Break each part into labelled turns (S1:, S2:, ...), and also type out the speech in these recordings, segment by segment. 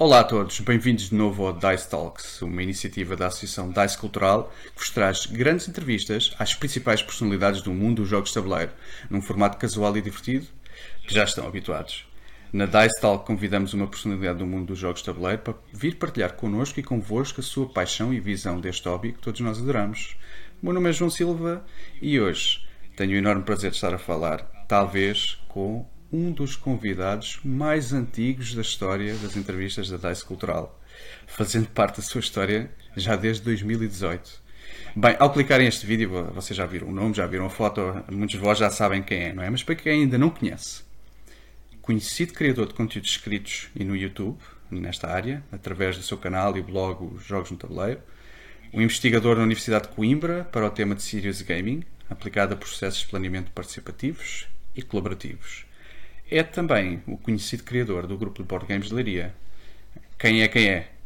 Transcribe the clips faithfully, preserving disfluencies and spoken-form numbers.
S1: Olá a todos, bem-vindos de novo ao Dice Talks, uma iniciativa da Associação Dice Cultural que vos traz grandes entrevistas às principais personalidades do mundo dos jogos de tabuleiro, num formato casual e divertido, que já estão habituados. Na Dice Talk convidamos uma personalidade do mundo dos jogos de tabuleiro para vir partilhar connosco e convosco a sua paixão e visão deste hobby que todos nós adoramos. O meu nome é João Silva e hoje tenho o enorme prazer de estar a falar, talvez, com um dos convidados mais antigos da história das entrevistas da Dice Cultural, fazendo parte da sua história já desde dois mil e dezoito. Bem, ao clicarem este vídeo, vocês já viram o nome, já viram a foto, muitos de vós já sabem quem é, não é? Mas para quem ainda não conhece, conhecido criador de conteúdos escritos e no YouTube, nesta área, através do seu canal e blog Os Jogos no Tabuleiro, um investigador na Universidade de Coimbra para o tema de Serious Gaming, aplicado a processos de planeamento participativos e colaborativos. É também o conhecido criador do grupo de board games de Leiria. Quem é quem é?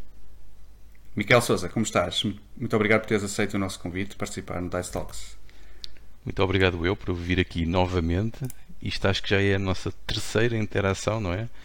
S1: Miquel Sousa, como estás? Muito obrigado por teres aceito o nosso convite de participar no Dice Talks.
S2: Muito obrigado eu por vir aqui novamente. Isto acho que já é a nossa terceira interação, não é?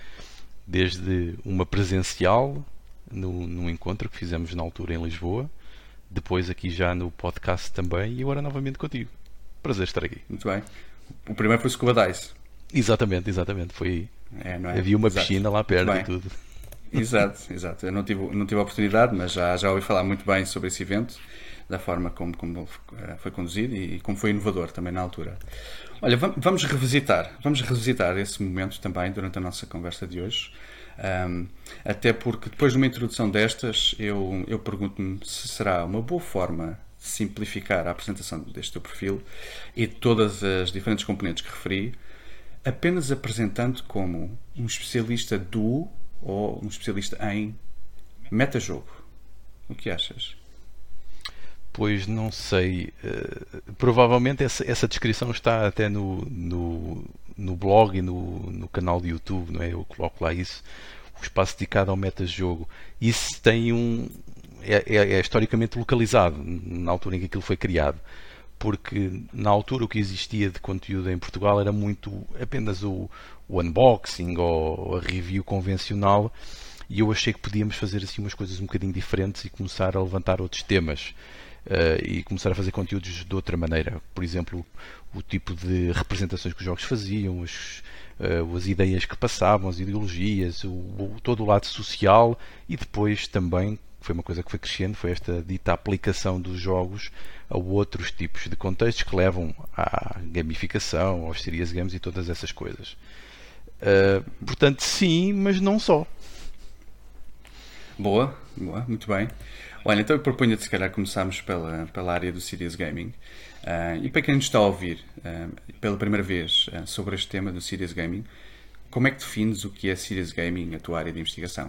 S2: Desde uma presencial no, num encontro que fizemos na altura em Lisboa, depois aqui já no podcast também e agora novamente contigo. Prazer estar aqui.
S1: Muito bem. O primeiro foi o Scuba Dice.
S2: Exatamente, exatamente. Foi...
S1: É, não é?
S2: Havia uma
S1: Exato.
S2: piscina lá perto e tudo.
S1: Exato, exato. Eu não tive, não tive a oportunidade, mas já, já ouvi falar muito bem sobre esse evento, da forma como, como foi conduzido e como foi inovador também na altura. Olha, vamos revisitar, vamos revisitar esse momento também durante a nossa conversa de hoje. Um, até porque depois de uma introdução destas, eu, eu pergunto-me se será uma boa forma de simplificar a apresentação deste teu perfil e de todas as diferentes componentes que referi, apenas apresentando como um especialista do ou um especialista em metajogo. O que achas?
S2: Pois não sei. Uh, provavelmente essa, essa descrição está até no, no, no blog e no, no canal de YouTube, não é? Eu coloco lá isso, o espaço dedicado ao metajogo. Isso tem um. É, é, é historicamente localizado na altura em que aquilo foi criado. Porque na altura o que existia de conteúdo em Portugal era muito apenas o, o unboxing ou a review convencional e eu achei que podíamos fazer assim umas coisas um bocadinho diferentes e começar a levantar outros temas uh, e começar a fazer conteúdos de outra maneira. Por exemplo, o tipo de representações que os jogos faziam, as, uh, as ideias que passavam, as ideologias, o, o, todo o lado social e depois também, foi uma coisa que foi crescendo, foi esta dita aplicação dos jogos a outros tipos de contextos que levam à gamificação, aos serious games e todas essas coisas. Uh, portanto, sim, mas não só.
S1: Boa, boa, muito bem. Olha, então eu proponho-te se calhar começarmos pela, pela área do serious gaming. Uh, e para quem nos está a ouvir uh, pela primeira vez uh, sobre este tema do serious gaming, como é que defines o que é serious gaming, a tua área de investigação?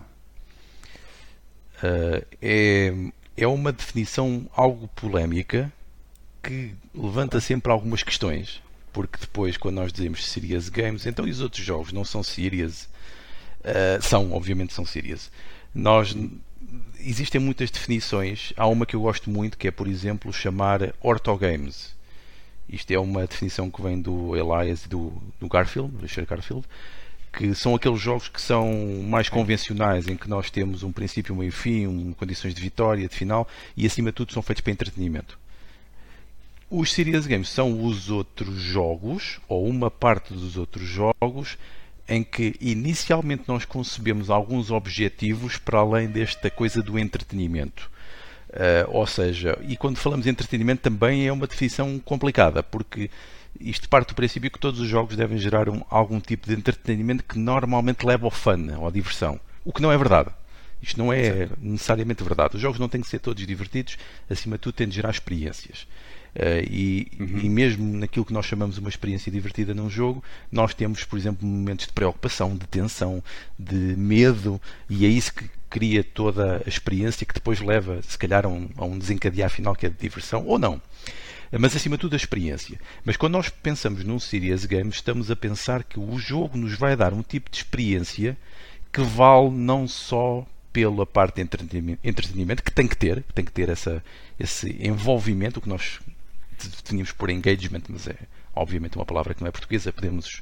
S2: Uh, é, é uma definição algo polémica que levanta sempre algumas questões, porque depois quando nós dizemos serious games, então e os outros jogos não são serious? Uh, são, obviamente são serious. Nós, existem muitas definições, há uma que eu gosto muito que é, por exemplo, chamar orthogames. Isto é uma definição que vem do Elias e do, do Garfield, do Richard Garfield, que são aqueles jogos que são mais convencionais, em que nós temos um princípio, um meio e fim, um, condições de vitória, de final, e acima de tudo são feitos para entretenimento. Os serious games são os outros jogos, ou uma parte dos outros jogos, em que inicialmente nós concebemos alguns objetivos para além desta coisa do entretenimento. Uh, ou seja, e quando falamos de entretenimento também é uma definição complicada, porque isto parte do princípio que todos os jogos devem gerar um, algum tipo de entretenimento que normalmente leva ao fun, ou à diversão. O que não é verdade. Isto não é Exato. necessariamente verdade. Os jogos não têm que ser todos divertidos, acima de tudo têm de gerar experiências. Uh, e, uhum. e mesmo naquilo que nós chamamos uma experiência divertida num jogo, nós temos, por exemplo, momentos de preocupação, de tensão, de medo, e é isso que cria toda a experiência que depois leva, se calhar, a um, a um desencadear final que é de diversão, ou não. Mas acima de tudo a experiência. Mas quando nós pensamos num serious game, estamos a pensar que o jogo nos vai dar um tipo de experiência que vale não só pela parte de entretenimento, entretenimento que tem que ter, que tem que ter essa, esse envolvimento, o que nós definimos por engagement, mas é obviamente uma palavra que não é portuguesa, podemos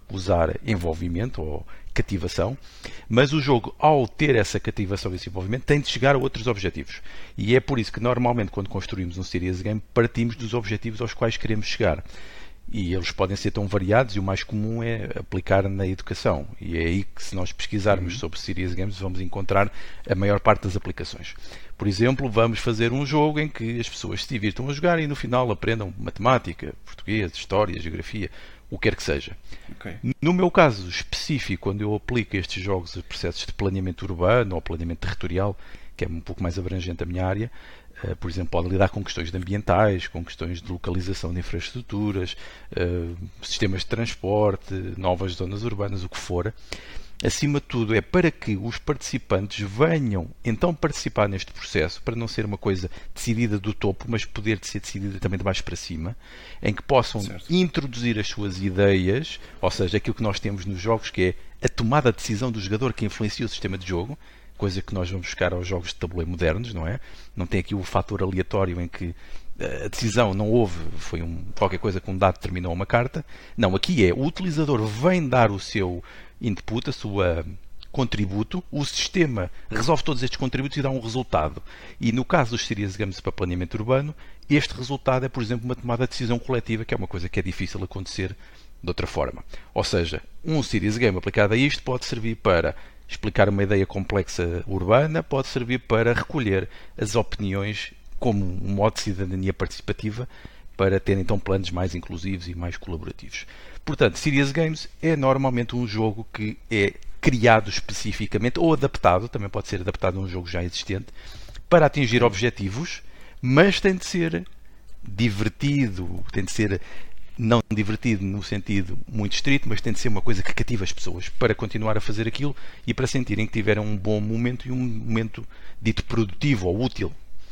S2: usar envolvimento ou cativação, mas o jogo, ao ter essa cativação e esse envolvimento, tem de chegar a outros objetivos. E é por isso que normalmente quando construímos um serious game partimos dos objetivos aos quais queremos chegar. E eles podem ser tão variados e o mais comum é aplicar na educação. E é aí que, se nós pesquisarmos uhum. sobre serious games, vamos encontrar a maior parte das aplicações. Por exemplo, vamos fazer um jogo em que as pessoas se divirtam a jogar e no final aprendam matemática, português, história, geografia, o que quer que seja. Okay. No meu caso específico, quando eu aplico estes jogos a processos de planeamento urbano ou planeamento territorial, que é um pouco mais abrangente a minha área, Uh, por exemplo, pode lidar com questões ambientais, com questões de localização de infraestruturas, uh, sistemas de transporte, novas zonas urbanas, o que for. Acima de tudo, é para que os participantes venham então participar neste processo, para não ser uma coisa decidida do topo, mas poder ser decidida também de baixo para cima, em que possam certo. introduzir as suas ideias, ou seja, aquilo que nós temos nos jogos, que é a tomada de decisão do jogador que influencia o sistema de jogo, coisa que nós vamos buscar aos jogos de tabuleiro modernos, não é? Não tem aqui o fator aleatório em que a decisão não houve, foi um, qualquer coisa que um dado determinou uma carta. Não, aqui é o utilizador vem dar o seu input, a sua contributo, o sistema resolve todos estes contributos e dá um resultado. E no caso dos serious games para planeamento urbano, este resultado é, por exemplo, uma tomada de decisão coletiva, que é uma coisa que é difícil acontecer de outra forma. Ou seja, um serious game aplicado a isto pode servir para explicar uma ideia complexa urbana, pode servir para recolher as opiniões como um modo de cidadania participativa para ter então planos mais inclusivos e mais colaborativos. Portanto, Serious Games é normalmente um jogo que é criado especificamente ou adaptado, também pode ser adaptado a um jogo já existente, para atingir objetivos, mas tem de ser divertido, tem de ser não divertido no sentido muito estrito, mas tem de ser uma coisa que cativa as pessoas para continuar a fazer aquilo e para sentirem que tiveram um bom momento e um momento dito produtivo ou útil.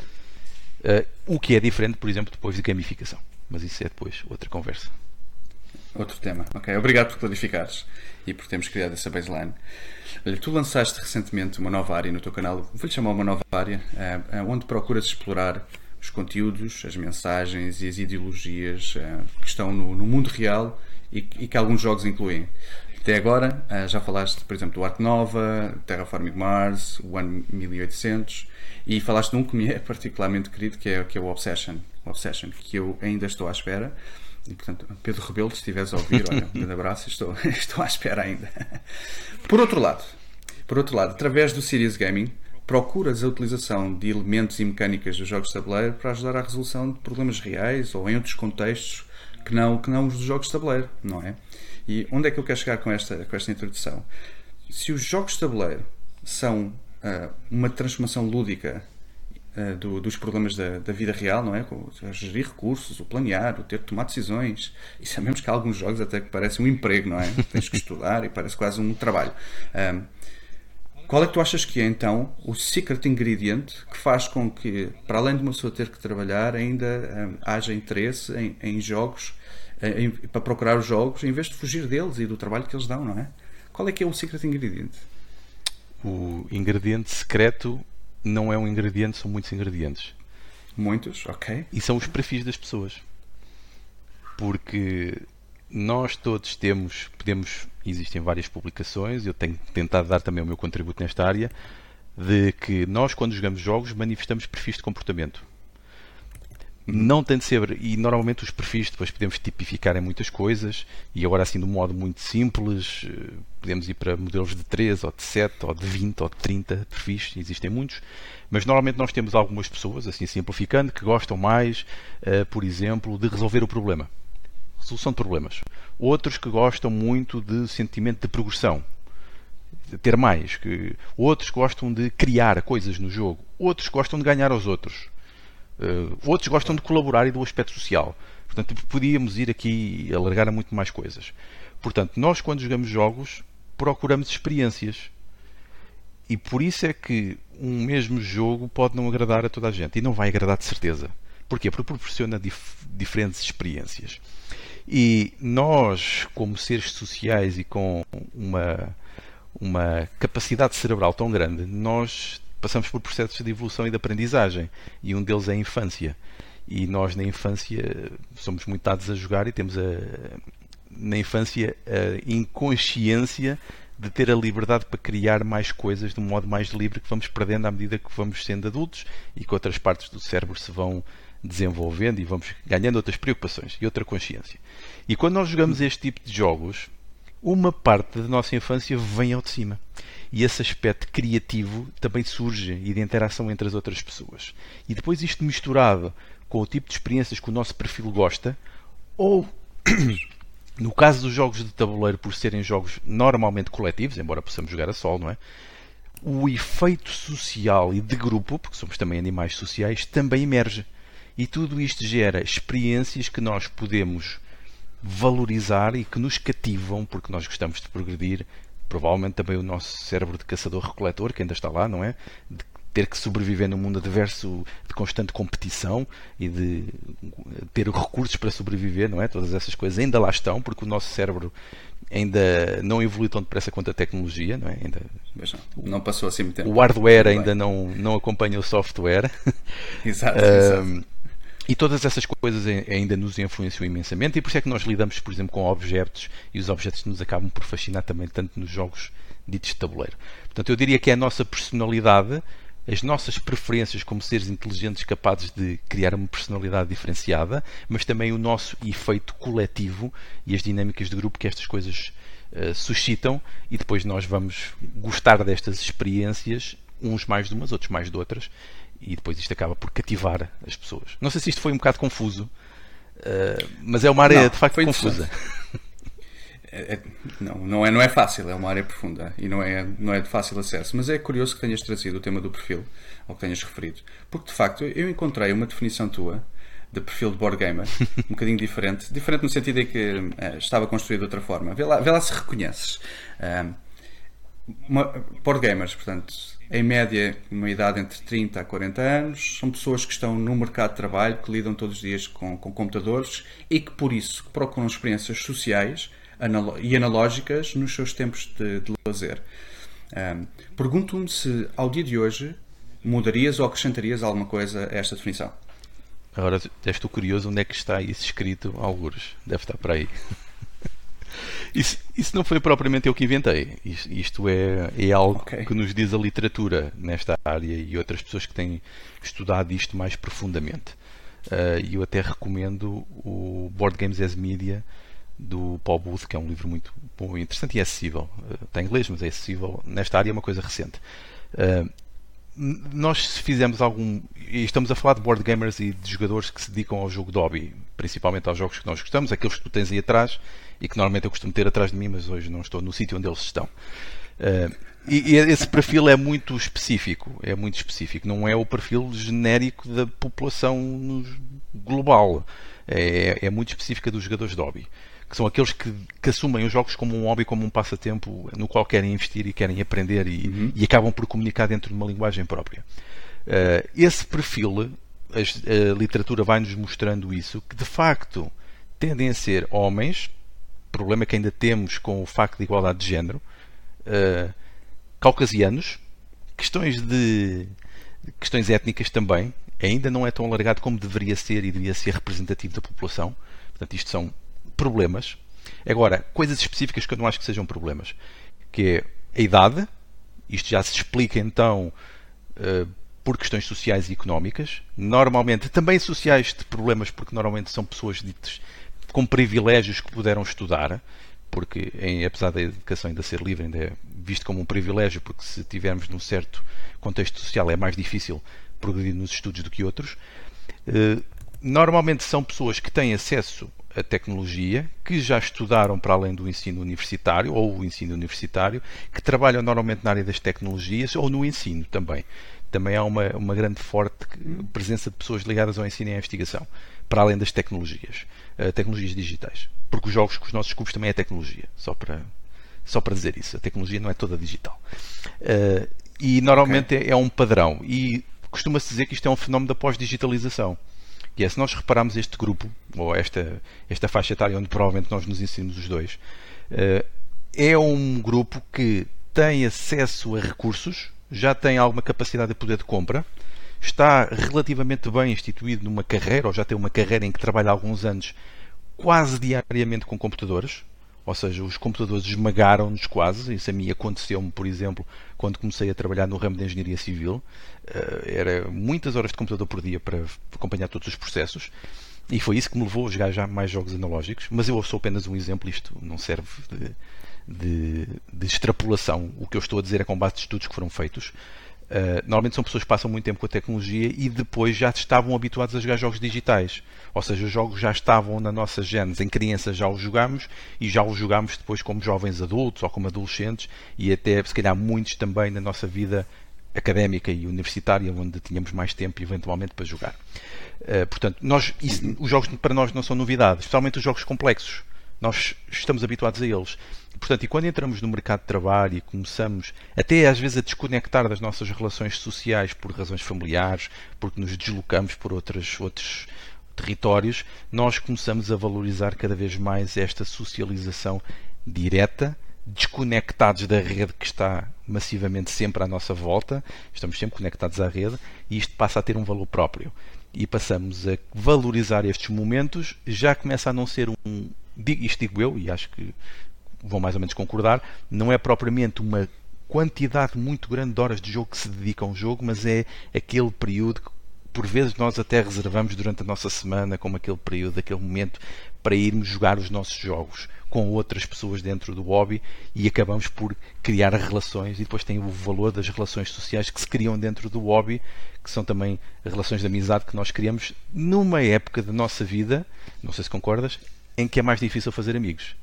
S2: Uh, o que é diferente, por exemplo, depois de gamificação. Mas isso é depois outra conversa.
S1: Outro tema. Ok, obrigado por clarificares e por termos criado essa baseline. Tu lançaste recentemente uma nova área no teu canal, vou-lhe chamar uma nova área, uh, onde procuras explorar os conteúdos, as mensagens e as ideologias uh, que estão no, no mundo real e, e que alguns jogos incluem. Até agora, uh, já falaste, por exemplo, do Arte Nova, Terraforming Mars, o Ano mil e oitocentos, e falaste de um que me é particularmente querido, que é, que é o Obsession, o Obsession, que eu ainda estou à espera. E, portanto, Pedro Rebelo, se estiveres a ouvir, olha, um grande abraço, estou, estou à espera ainda. Por outro lado, por outro lado, através do Serious Gaming, procuras a utilização de elementos e mecânicas dos jogos de tabuleiro para ajudar à resolução de problemas reais ou em outros contextos que não, que não os dos jogos de tabuleiro, não é? E onde é que eu quero chegar com esta, com esta introdução? Se os jogos de tabuleiro são uh, uma transformação lúdica uh, do, dos problemas da, da vida real, não é? Como gerir recursos, o planear, o ter de tomar decisões, e sabemos que há alguns jogos até que parecem um emprego, não é? Tens que estudar e parece quase um trabalho. Um, Qual é que tu achas que é, então, o secret ingredient que faz com que, para além de uma pessoa ter que trabalhar, ainda um, haja interesse em, em jogos, em, para procurar os jogos, em vez de fugir deles e do trabalho que eles dão, não é? Qual é que é o secret ingredient?
S2: O ingrediente secreto não é um ingrediente, são muitos ingredientes.
S1: Muitos, ok.
S2: E são os perfis das pessoas. Porque nós todos temos, podemos, existem várias publicações, eu tenho tentado dar também o meu contributo nesta área, de que nós, quando jogamos jogos, manifestamos perfis de comportamento. Não tem de ser, e normalmente os perfis depois podemos tipificar em muitas coisas, e agora assim de um modo muito simples, podemos ir para modelos de três, ou de sete, ou de vinte, ou de trinta perfis, existem muitos, mas normalmente nós temos algumas pessoas, assim simplificando, que gostam mais, por exemplo, de resolver o problema. Solução de problemas. Outros que gostam muito de sentimento de progressão, de ter mais. Que... Outros gostam de criar coisas no jogo. Outros gostam de ganhar aos outros. Uh, outros gostam de colaborar e do aspecto social. Portanto, podíamos ir aqui e alargar a muito mais coisas. Portanto, nós quando jogamos jogos procuramos experiências. E por isso é que um mesmo jogo pode não agradar a toda a gente. E não vai agradar de certeza. Porquê? Porque proporciona dif- diferentes experiências. E nós, como seres sociais e com uma, uma capacidade cerebral tão grande, nós passamos por processos de evolução e de aprendizagem. E um deles é a infância. E nós, na infância, somos muito dados a jogar e temos a, na infância a inconsciência de ter a liberdade para criar mais coisas de um modo mais livre que vamos perdendo à medida que vamos sendo adultos e que outras partes do cérebro se vão desenvolvendo e vamos ganhando outras preocupações e outra consciência. E quando nós jogamos este tipo de jogos, uma parte da nossa infância vem ao de cima. E esse aspecto criativo também surge e de interação entre as outras pessoas. E depois isto misturado com o tipo de experiências que o nosso perfil gosta, ou no caso dos jogos de tabuleiro, por serem jogos normalmente coletivos, embora possamos jogar a solo, não é? O efeito social e de grupo, porque somos também animais sociais, também emerge. E tudo isto gera experiências que nós podemos valorizar e que nos cativam, porque nós gostamos de progredir. Provavelmente também o nosso cérebro de caçador-recoletor, que ainda está lá, não é? De ter que sobreviver num mundo adverso de constante competição e de ter recursos para sobreviver, não é? Todas essas coisas ainda lá estão, porque o nosso cérebro ainda não evoluiu tão depressa quanto a tecnologia, não é? Ainda,
S1: não passou assim muito tempo.
S2: O hardware ainda não, não acompanha o software.
S1: Exato,
S2: um,
S1: exato.
S2: E todas essas coisas ainda nos influenciam imensamente, e por isso é que nós lidamos, por exemplo, com objetos, e os objetos nos acabam por fascinar também tanto nos jogos ditos de tabuleiro. Portanto, eu diria que é a nossa personalidade, as nossas preferências como seres inteligentes capazes de criar uma personalidade diferenciada, mas também o nosso efeito coletivo e as dinâmicas de grupo que estas coisas uh, suscitam, e depois nós vamos gostar destas experiências, uns mais de umas, outros mais de outras, e depois isto acaba por cativar as pessoas. Não sei se isto foi um bocado confuso, uh, mas é uma área
S1: não,
S2: de facto confusa.
S1: É, é, não, não é, não é fácil, é uma área profunda e não é, não é de fácil acesso, mas é curioso que tenhas trazido o tema do perfil, ou que tenhas referido, porque de facto eu encontrei uma definição tua de perfil de board gamer, um bocadinho diferente, diferente no sentido em que uh, estava construído de outra forma. Vê lá, vê lá se reconheces. Uh, uma, board gamers, portanto, em média, uma idade entre trinta a quarenta anos, são pessoas que estão no mercado de trabalho, que lidam todos os dias com, com computadores e que, por isso, procuram experiências sociais analo- e analógicas nos seus tempos de, de lazer. Um, pergunto-me se, ao dia de hoje, mudarias ou acrescentarias alguma coisa a esta definição.
S2: Agora, estou curioso onde é que está isso escrito, algures. Deve estar para aí. Isso, isso não foi propriamente eu que inventei. Isto, isto é, é algo okay. que nos diz a literatura nesta área e outras pessoas que têm estudado isto mais profundamente. E uh, eu até recomendo o Board Games as Media do Paul Booth, que é um livro muito bom, interessante e acessível. Uh, está em inglês, mas é acessível. Nesta área é uma coisa recente. Uh, nós se fizemos algum... E estamos a falar de board gamers e de jogadores que se dedicam ao jogo de hobby, principalmente aos jogos que nós gostamos, aqueles que tu tens aí atrás e que normalmente eu costumo ter atrás de mim, mas hoje não estou no sítio onde eles estão. Uh, e, e esse perfil é muito específico, é muito específico, não é o perfil genérico da população no global, é, é muito específica dos jogadores de hobby, que são aqueles que, que assumem os jogos como um hobby, como um passatempo no qual querem investir e querem aprender e, uhum. e acabam por comunicar dentro de uma linguagem própria. Uh, esse perfil, a, a literatura vai-nos mostrando isso, que de facto tendem a ser homens. O problema é que ainda temos com o facto de igualdade de género, uh, caucasianos, questões de questões étnicas também, ainda não é tão alargado como deveria ser e deveria ser representativo da população. Portanto, isto são problemas. Agora, coisas específicas que eu não acho que sejam problemas, que é a idade. Isto já se explica então uh, por questões sociais e económicas, normalmente também sociais de problemas, porque normalmente são pessoas ditas com privilégios que puderam estudar, porque em, apesar da educação ainda ser livre, ainda é visto como um privilégio, porque se tivermos num certo contexto social é mais difícil progredir nos estudos do que outros. Uh, normalmente são pessoas que têm acesso à tecnologia, que já estudaram para além do ensino universitário, ou o ensino universitário, que trabalham normalmente na área das tecnologias, ou no ensino também. Também há uma, uma grande forte presença de pessoas ligadas ao ensino e à investigação, para além das tecnologias, uh, tecnologias digitais. Porque os jogos com os nossos cubos também é tecnologia, só para, só para dizer isso. A tecnologia não é toda digital. Uh, e normalmente okay. é, é um padrão. E costuma-se dizer que isto é um fenómeno da pós-digitalização. Que é, se nós repararmos este grupo, ou esta, esta faixa etária onde provavelmente nós nos ensinamos os dois, uh, é um grupo que tem acesso a recursos, já tem alguma capacidade de poder de compra, está relativamente bem instituído numa carreira, ou já tem uma carreira em que trabalha há alguns anos quase diariamente com computadores, ou seja, os computadores esmagaram-nos quase. Isso a mim aconteceu-me, por exemplo, quando comecei a trabalhar no ramo de engenharia civil. Era muitas horas de computador por dia para acompanhar todos os processos, e foi isso que me levou a jogar já mais jogos analógicos. Mas eu sou apenas um exemplo, isto não serve de, de, de extrapolação. O que eu estou a dizer é com base de estudos que foram feitos. Uh, normalmente são pessoas que passam muito tempo com a tecnologia e depois já estavam habituados a jogar jogos digitais, ou seja, os jogos já estavam na nossa gênese. Em crianças já os jogámos e já os jogámos depois como jovens adultos ou como adolescentes, e até se calhar muitos também na nossa vida académica e universitária, onde tínhamos mais tempo eventualmente para jogar. Uh, portanto, nós, isso, os jogos para nós não são novidades, especialmente os jogos complexos. Nós estamos habituados a eles. Portanto, e quando entramos no mercado de trabalho e começamos até às vezes a desconectar das nossas relações sociais por razões familiares, porque nos deslocamos por outros, outros territórios, nós começamos a valorizar cada vez mais esta socialização direta, desconectados da rede que está massivamente sempre à nossa volta. Estamos sempre conectados à rede e isto passa a ter um valor próprio. E passamos a valorizar estes momentos. Já começa a não ser um... Isto digo eu, e acho que vão mais ou menos concordar, não é propriamente uma quantidade muito grande de horas de jogo que se dedica a um jogo, mas é aquele período que por vezes nós até reservamos durante a nossa semana como aquele período, aquele momento para irmos jogar os nossos jogos com outras pessoas dentro do hobby, e acabamos por criar relações. E depois tem o valor das relações sociais que se criam dentro do hobby, que são também relações de amizade que nós criamos numa época da nossa vida, não sei se concordas, em que é mais difícil fazer amigos.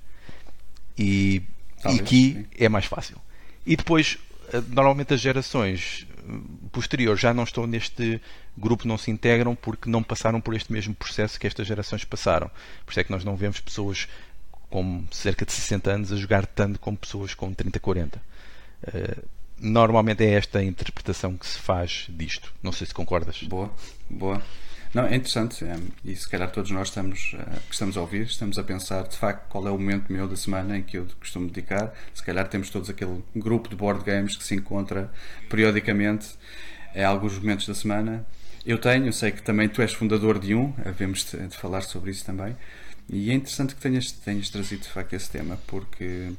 S2: E, e aqui é mais fácil. E depois, normalmente as gerações posteriores já não estão neste grupo, não se integram porque não passaram por este mesmo processo que estas gerações passaram. Por isso é que nós não vemos pessoas com cerca de sessenta anos a jogar tanto como pessoas com trinta, quarenta. Normalmente é esta a interpretação que se faz disto. Não sei se concordas.
S1: Boa, boa. Não, é interessante, é, e se calhar todos nós estamos, uh, que estamos a ouvir, estamos a pensar de facto qual é o momento meu da semana em que eu costumo dedicar. Se calhar temos todos aquele grupo de board games que se encontra periodicamente em alguns momentos da semana. Eu tenho, eu sei que também tu és fundador de um, havemos de, de falar sobre isso também, e é interessante que tenhas, tenhas trazido de facto esse tema, porque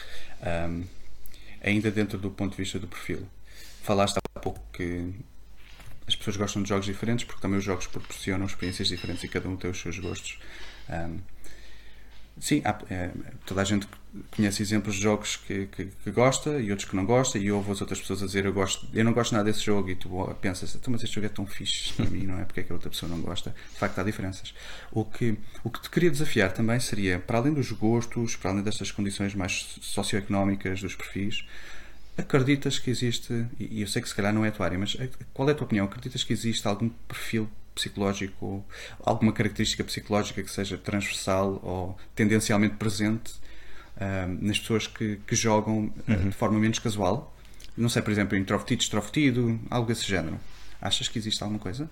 S1: um, ainda dentro do ponto de vista do perfil, falaste há pouco que as pessoas gostam de jogos diferentes porque também os jogos proporcionam experiências diferentes e cada um tem os seus gostos. Um, sim, há, é, toda a gente conhece exemplos de jogos que, que, que gosta e outros que não gosta, e ouve as outras pessoas a dizer eu, gosto, eu não gosto nada desse jogo, e tu pensas, mas este jogo é tão fixe para mim, não é? Porque é que a outra pessoa não gosta? De facto há diferenças. O que, o que te queria desafiar também seria, para além dos gostos, para além destas condições mais socioeconómicas dos perfis, acreditas que existe, e eu sei que se calhar não é a tua área, mas qual é a tua opinião? Acreditas que existe algum perfil psicológico, alguma característica psicológica que seja transversal ou tendencialmente presente uh, nas pessoas que, que jogam uh, uhum. de forma menos casual? Não sei, por exemplo, introvertido, extrovertido, algo desse género. Achas que existe alguma coisa?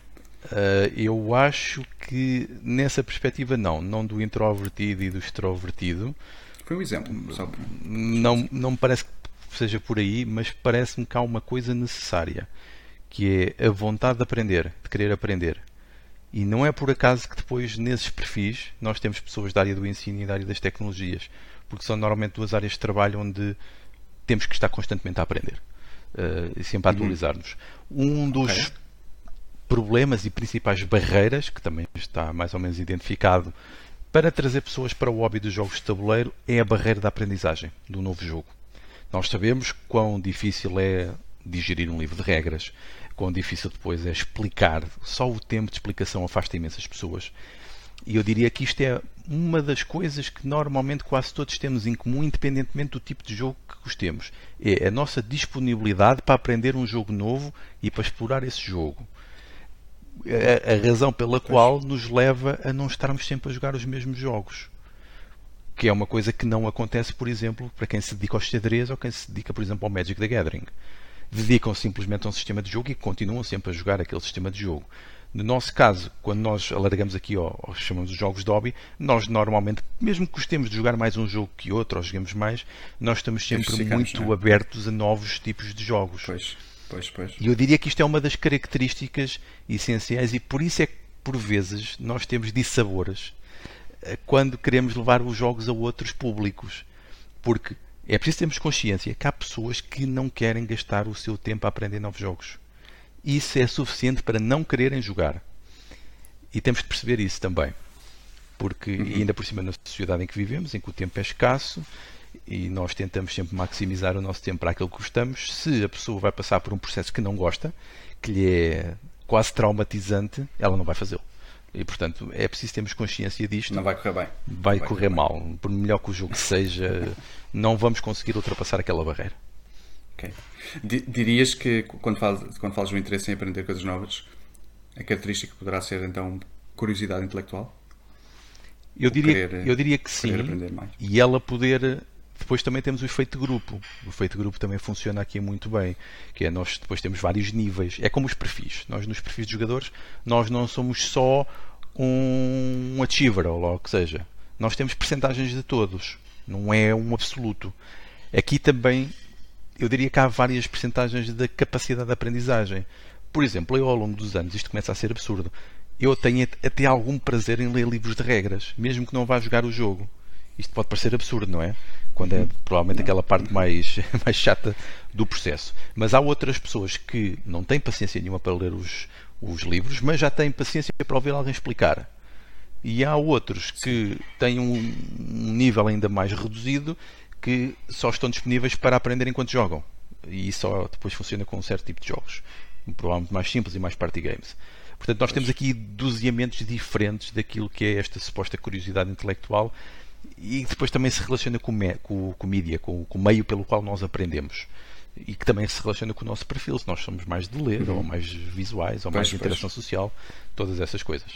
S2: Uh, eu acho que nessa perspectiva não, não do introvertido e do extrovertido.
S1: Foi um exemplo, só para...
S2: Não, não me parece que seja por aí, mas parece-me que há uma coisa necessária, que é a vontade de aprender, de querer aprender. E não é por acaso que depois nesses perfis nós temos pessoas da área do ensino e da área das tecnologias, porque são normalmente duas áreas de trabalho onde temos que estar constantemente a aprender uh, e sempre a atualizar-nos. Um dos okay. problemas e principais barreiras, que também está mais ou menos identificado para trazer pessoas para o hobby dos jogos de tabuleiro, é a barreira da aprendizagem do novo jogo. Nós sabemos quão difícil é digerir um livro de regras, quão difícil depois é explicar. Só o tempo de explicação afasta imensas pessoas. E eu diria que isto é uma das coisas que normalmente quase todos temos em comum, independentemente do tipo de jogo que gostemos. É a nossa disponibilidade para aprender um jogo novo e para explorar esse jogo. A, a razão pela qual nos leva a não estarmos sempre a jogar os mesmos jogos. Que é uma coisa que não acontece, por exemplo, para quem se dedica ao xadrez ou quem se dedica, por exemplo, ao Magic the Gathering. Dedicam simplesmente a um sistema de jogo e continuam sempre a jogar aquele sistema de jogo. No nosso caso, quando nós alargamos aqui ao, ao que chamamos de jogos de hobby, nós normalmente, mesmo que gostemos de jogar mais um jogo que outro, ou joguemos mais, nós estamos sempre muito é? abertos a novos tipos de jogos.
S1: Pois, pois, pois.
S2: E eu diria que isto é uma das características essenciais, e por isso é que, por vezes, nós temos dissabores quando queremos levar os jogos a outros públicos. Porque é preciso termos consciência que há pessoas que não querem gastar o seu tempo a aprender novos jogos. Isso é suficiente para não quererem jogar. E temos de perceber isso também. Porque, uhum. ainda por cima, na sociedade em que vivemos, em que o tempo é escasso, e nós tentamos sempre maximizar o nosso tempo para aquilo que gostamos, se a pessoa vai passar por um processo que não gosta, que lhe é quase traumatizante, ela não vai fazê-lo. E, portanto, é preciso termos consciência disto.
S1: Não vai correr bem.
S2: Vai, vai correr, correr mal.
S1: Bem.
S2: Por melhor que o jogo seja, não vamos conseguir ultrapassar aquela barreira.
S1: Ok. Dirias que, quando falas, quando falas do interesse em aprender coisas novas, a característica poderá ser, então, curiosidade intelectual?
S2: Eu diria, querer, eu diria que sim. E ela poder... Depois também temos o efeito de grupo. O efeito de grupo também funciona aqui muito bem. Que é, nós depois temos vários níveis. É como os perfis. Nós, nos perfis de jogadores, nós não somos só um, um achiever, ou lá o que seja. Nós temos percentagens de todos. Não é um absoluto. Aqui também, eu diria que há várias percentagens da capacidade de aprendizagem. Por exemplo, eu ao longo dos anos, isto começa a ser absurdo, eu tenho até algum prazer em ler livros de regras, mesmo que não vá jogar o jogo. Isto pode parecer absurdo, não é? Quando é provavelmente aquela parte mais, mais chata do processo. Mas há outras pessoas que não têm paciência nenhuma para ler os, os livros, mas já têm paciência para ouvir alguém explicar. E há outros que têm um, um nível ainda mais reduzido, que só estão disponíveis para aprender enquanto jogam. E isso só depois funciona com um certo tipo de jogos. Provavelmente mais simples e mais party games. Portanto, nós temos aqui doseamentos diferentes daquilo que é esta suposta curiosidade intelectual, e depois também se relaciona com, com, com o mídia, com, com o meio pelo qual nós aprendemos, e que também se relaciona com o nosso perfil, se nós somos mais de ler, uhum. ou mais visuais, ou pois, mais de interação pois. social, todas essas coisas.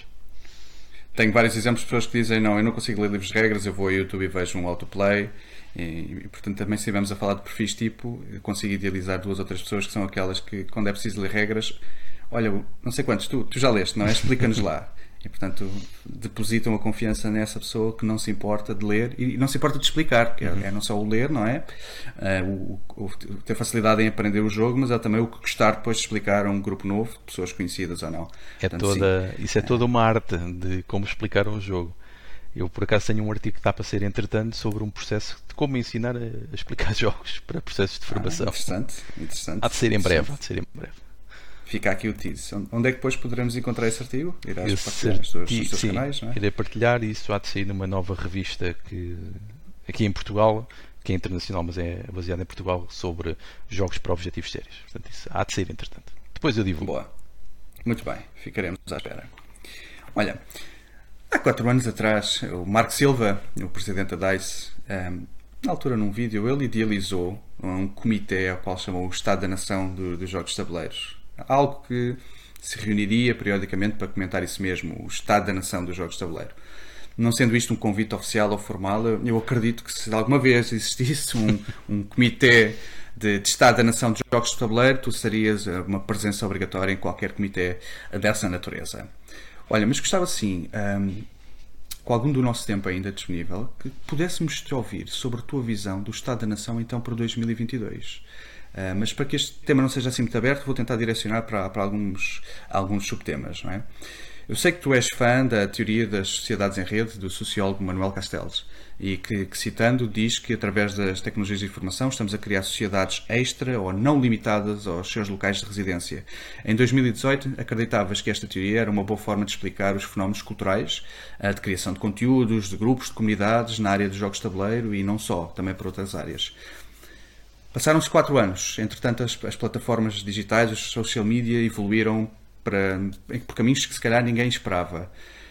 S1: Tenho vários exemplos de pessoas que dizem: não, eu não consigo ler livros de regras, eu vou ao YouTube e vejo um autoplay. E, e portanto, também, se estivermos a falar de perfis tipo, eu consigo idealizar duas ou três pessoas que são aquelas que, quando é preciso ler regras, olha, não sei quantos, tu, tu já leste, não é? Explica-nos lá. E, portanto, depositam a confiança nessa pessoa que não se importa de ler e não se importa de explicar, que é, é não só o ler, não é? Uh, o, o, o ter facilidade em aprender o jogo, mas é também o que gostar depois de explicar a um grupo novo, pessoas conhecidas ou não.
S2: É portanto, toda, isso é toda uma arte de como explicar um jogo. Eu, por acaso, tenho um artigo que está para ser, entretanto, sobre um processo de como ensinar a, a explicar jogos para processos de formação.
S1: Ah, interessante, interessante.
S2: Há de ser em breve, há de ser em breve.
S1: Fica aqui o tease. Onde é que depois poderemos encontrar esse artigo? Irás esse partilhar nos teus, nos teus sim, canais, não é?
S2: Irei partilhar, e isso há de sair numa nova revista que, aqui em Portugal, que é internacional, mas é baseada em Portugal, sobre jogos para objetivos sérios. Portanto, isso há de sair, entretanto. Depois eu divulgo.
S1: Boa. Muito bem. Ficaremos à espera. Olha, há quatro anos atrás, o Marco Silva, o presidente da DICE, um, na altura num vídeo, ele idealizou um comitê ao qual chamou o Estado da Nação do, dos Jogos de Tabuleiros. Algo que se reuniria periodicamente para comentar isso mesmo, o Estado da Nação dos Jogos de Tabuleiro. Não sendo isto um convite oficial ou formal, eu acredito que se alguma vez existisse um, um comitê de, de Estado da Nação dos Jogos de Tabuleiro, tu serias uma presença obrigatória em qualquer comitê dessa natureza. Olha, mas gostava sim, um, com algum do nosso tempo ainda disponível, que pudéssemos te ouvir sobre a tua visão do Estado da Nação então para dois mil e vinte e dois. Uh, mas para que este tema não seja assim muito aberto, vou tentar direcionar para, para alguns, alguns subtemas, não é? Eu sei que tu és fã da teoria das sociedades em rede do sociólogo Manuel Castells e que, que citando, diz que através das tecnologias de informação estamos a criar sociedades extra ou não limitadas aos seus locais de residência. Em dois mil e dezoito acreditavas que esta teoria era uma boa forma de explicar os fenómenos culturais, de criação de conteúdos, de grupos, de comunidades na área dos jogos de tabuleiro e não só, também para outras áreas. Passaram-se quatro anos, entretanto as, as plataformas digitais, os social media evoluíram para, por caminhos que se calhar ninguém esperava.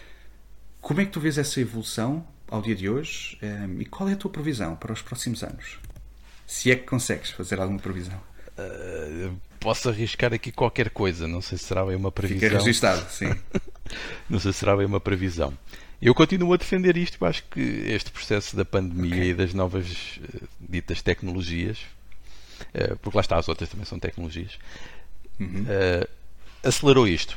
S1: Como é que tu vês essa evolução ao dia de hoje e qual é a tua previsão para os próximos anos? Se é que consegues fazer alguma previsão.
S2: Uh, posso arriscar aqui qualquer coisa, não sei se será bem uma previsão.
S1: Fica registado, sim.
S2: Não sei se será bem uma previsão. Eu continuo a defender isto, eu acho que este processo da pandemia okay. e das novas uh, ditas tecnologias, uh, porque lá está, as outras também são tecnologias, uhum. uh, acelerou isto.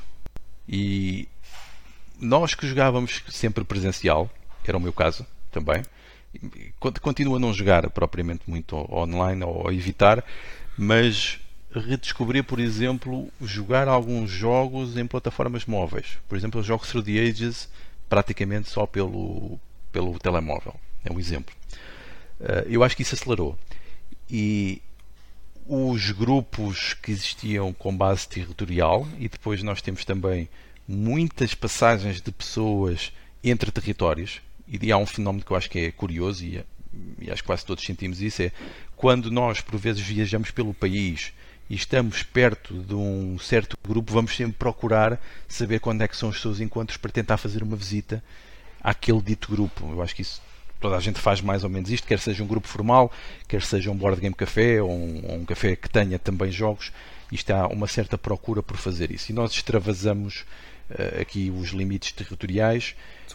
S2: E nós que jogávamos sempre presencial, era o meu caso também, continuo a não jogar propriamente muito online ou a evitar, mas redescobri, por exemplo, jogar alguns jogos em plataformas móveis. Por exemplo, eu jogo Through the Ages praticamente só pelo, pelo telemóvel. É um exemplo. Uh, eu acho que isso acelerou. E os grupos que existiam com base territorial, e depois nós temos também muitas passagens de pessoas entre territórios, e há um fenómeno que eu acho que é curioso, e, e acho que quase todos sentimos isso, é quando nós por vezes viajamos pelo país e estamos perto de um certo grupo, vamos sempre procurar saber quando é que são os seus encontros para tentar fazer uma visita àquele dito grupo. Eu acho que isso toda a gente faz mais ou menos isto, quer seja um grupo formal, quer seja um board game café ou um, ou um café que tenha também jogos. Isto há uma certa procura por fazer isso. E nós extravasamos uh, aqui os limites territoriais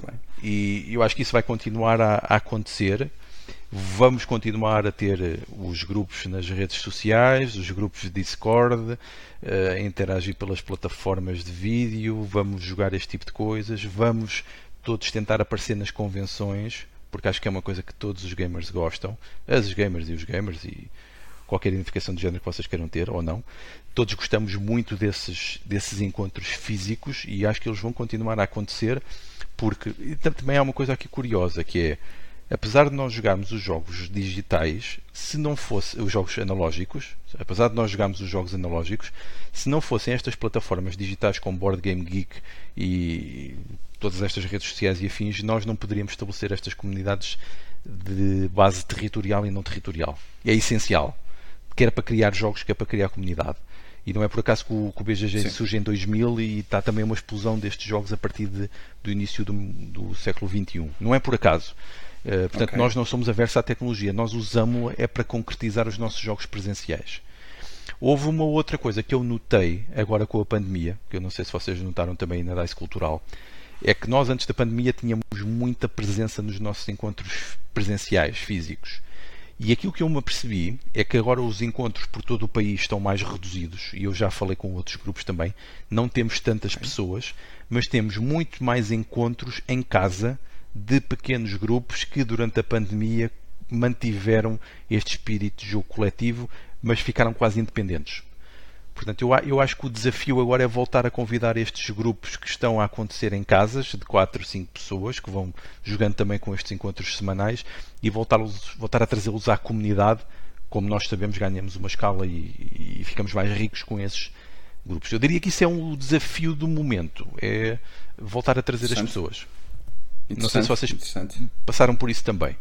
S2: e eu acho que isso vai continuar a, a acontecer. Vamos continuar a ter os grupos nas redes sociais, os grupos de Discord, a interagir pelas plataformas de vídeo, vamos jogar este tipo de coisas, vamos todos tentar aparecer nas convenções, porque acho que é uma coisa que todos os gamers gostam, as gamers e os gamers e qualquer identificação de género que vocês queiram ter ou não, todos gostamos muito desses, desses encontros físicos e acho que eles vão continuar a acontecer, porque também há uma coisa aqui curiosa, que é, apesar de nós jogarmos os jogos digitais, se não fosse os jogos analógicos, apesar de nós jogarmos os jogos analógicos, se não fossem estas plataformas digitais como Board Game Geek e todas estas redes sociais e afins, nós não poderíamos estabelecer estas comunidades de base territorial e não territorial. E é essencial, quer para criar jogos, quer para criar comunidade. E não é por acaso que o, que o B G G Sim. surge em dois mil e está também uma explosão destes jogos a partir de, do início do, do século vinte e um. Não é por acaso. Uh, portanto, okay. Nós não somos aversos à tecnologia, nós usamos-a é para concretizar os nossos jogos presenciais. Houve uma outra coisa que eu notei agora com a pandemia, que eu não sei se vocês notaram também na DICE Cultural, é que nós antes da pandemia tínhamos muita presença nos nossos encontros presenciais, físicos. E aquilo que eu me apercebi é que agora os encontros por todo o país estão mais reduzidos, e eu já falei com outros grupos também, não temos tantas okay. pessoas, mas temos muito mais encontros em casa de pequenos grupos que durante a pandemia mantiveram este espírito de jogo coletivo, mas ficaram quase independentes. Portanto, eu, eu acho que o desafio agora é voltar a convidar estes grupos que estão a acontecer em casas, de quatro, cinco pessoas, que vão jogando também com estes encontros semanais, e voltar, voltar a trazê-los à comunidade. Como nós sabemos, ganhamos uma escala e, e ficamos mais ricos com esses grupos. Eu diria que isso é um desafio do momento, é voltar a trazer as pessoas. Não sei se vocês passaram por isso também.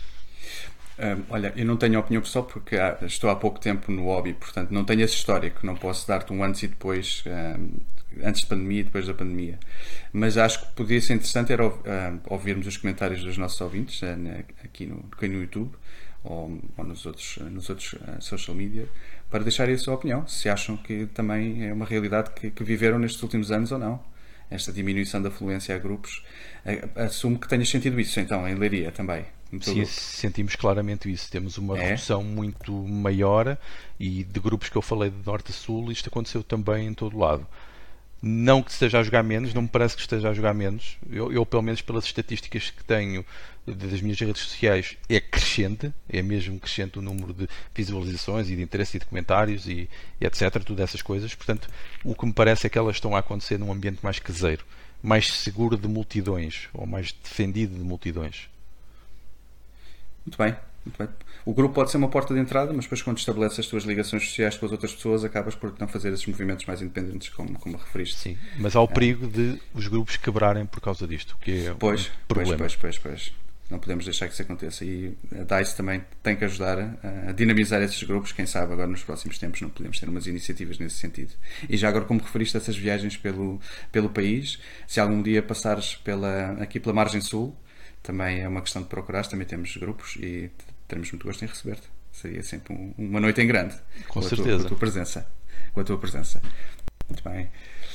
S1: Um, olha, eu não tenho opinião pessoal porque há, estou há pouco tempo no hobby, portanto não tenho esse histórico, não posso dar-te um antes e depois, um, antes da pandemia e depois da pandemia. Mas acho que poderia ser interessante era um, ouvirmos os comentários dos nossos ouvintes uh, aqui no, no YouTube ou, ou nos outros, nos outros uh, social media, para deixarem a sua opinião, se acham que também é uma realidade que, que viveram nestes últimos anos ou não. Esta diminuição da afluência a grupos. Assumo que tenhas sentido isso, então, em Leiria também.
S2: Sim, grupo. Sentimos claramente isso. Temos uma é? redução muito maior e de grupos que eu falei de norte a sul, isto aconteceu também em todo lado. Não que esteja a jogar menos, não me parece que esteja a jogar menos. Eu, eu pelo menos pelas estatísticas que tenho das minhas redes sociais, é crescente, é mesmo crescente o número de visualizações e de interesse e de comentários e, e etcétera. Tudo essas coisas. Portanto, o que me parece é que elas estão a acontecer num ambiente mais caseiro, mais seguro de multidões, ou mais defendido de multidões.
S1: Muito bem. Muito bem. O grupo pode ser uma porta de entrada, mas depois quando estabeleces as tuas ligações sociais com as outras pessoas, acabas por não fazer esses movimentos mais independentes, como, como referiste.
S2: Sim, mas há o perigo é. de os grupos quebrarem por causa disto, que é
S1: pois,
S2: um problema.
S1: Pois, pois, pois, pois. Não podemos deixar que isso aconteça. E a DICE também tem que ajudar a, a dinamizar esses grupos. Quem sabe agora nos próximos tempos não podemos ter umas iniciativas nesse sentido. E já agora, como referiste a essas viagens pelo, pelo país, se algum dia passares pela, aqui pela margem sul, também é uma questão de procurar. Também temos grupos e teremos muito gosto em receber-te. Seria sempre um, uma noite em grande.
S2: Com, com
S1: certeza.
S2: A tua,
S1: com a tua presença. Com a tua presença. Muito bem.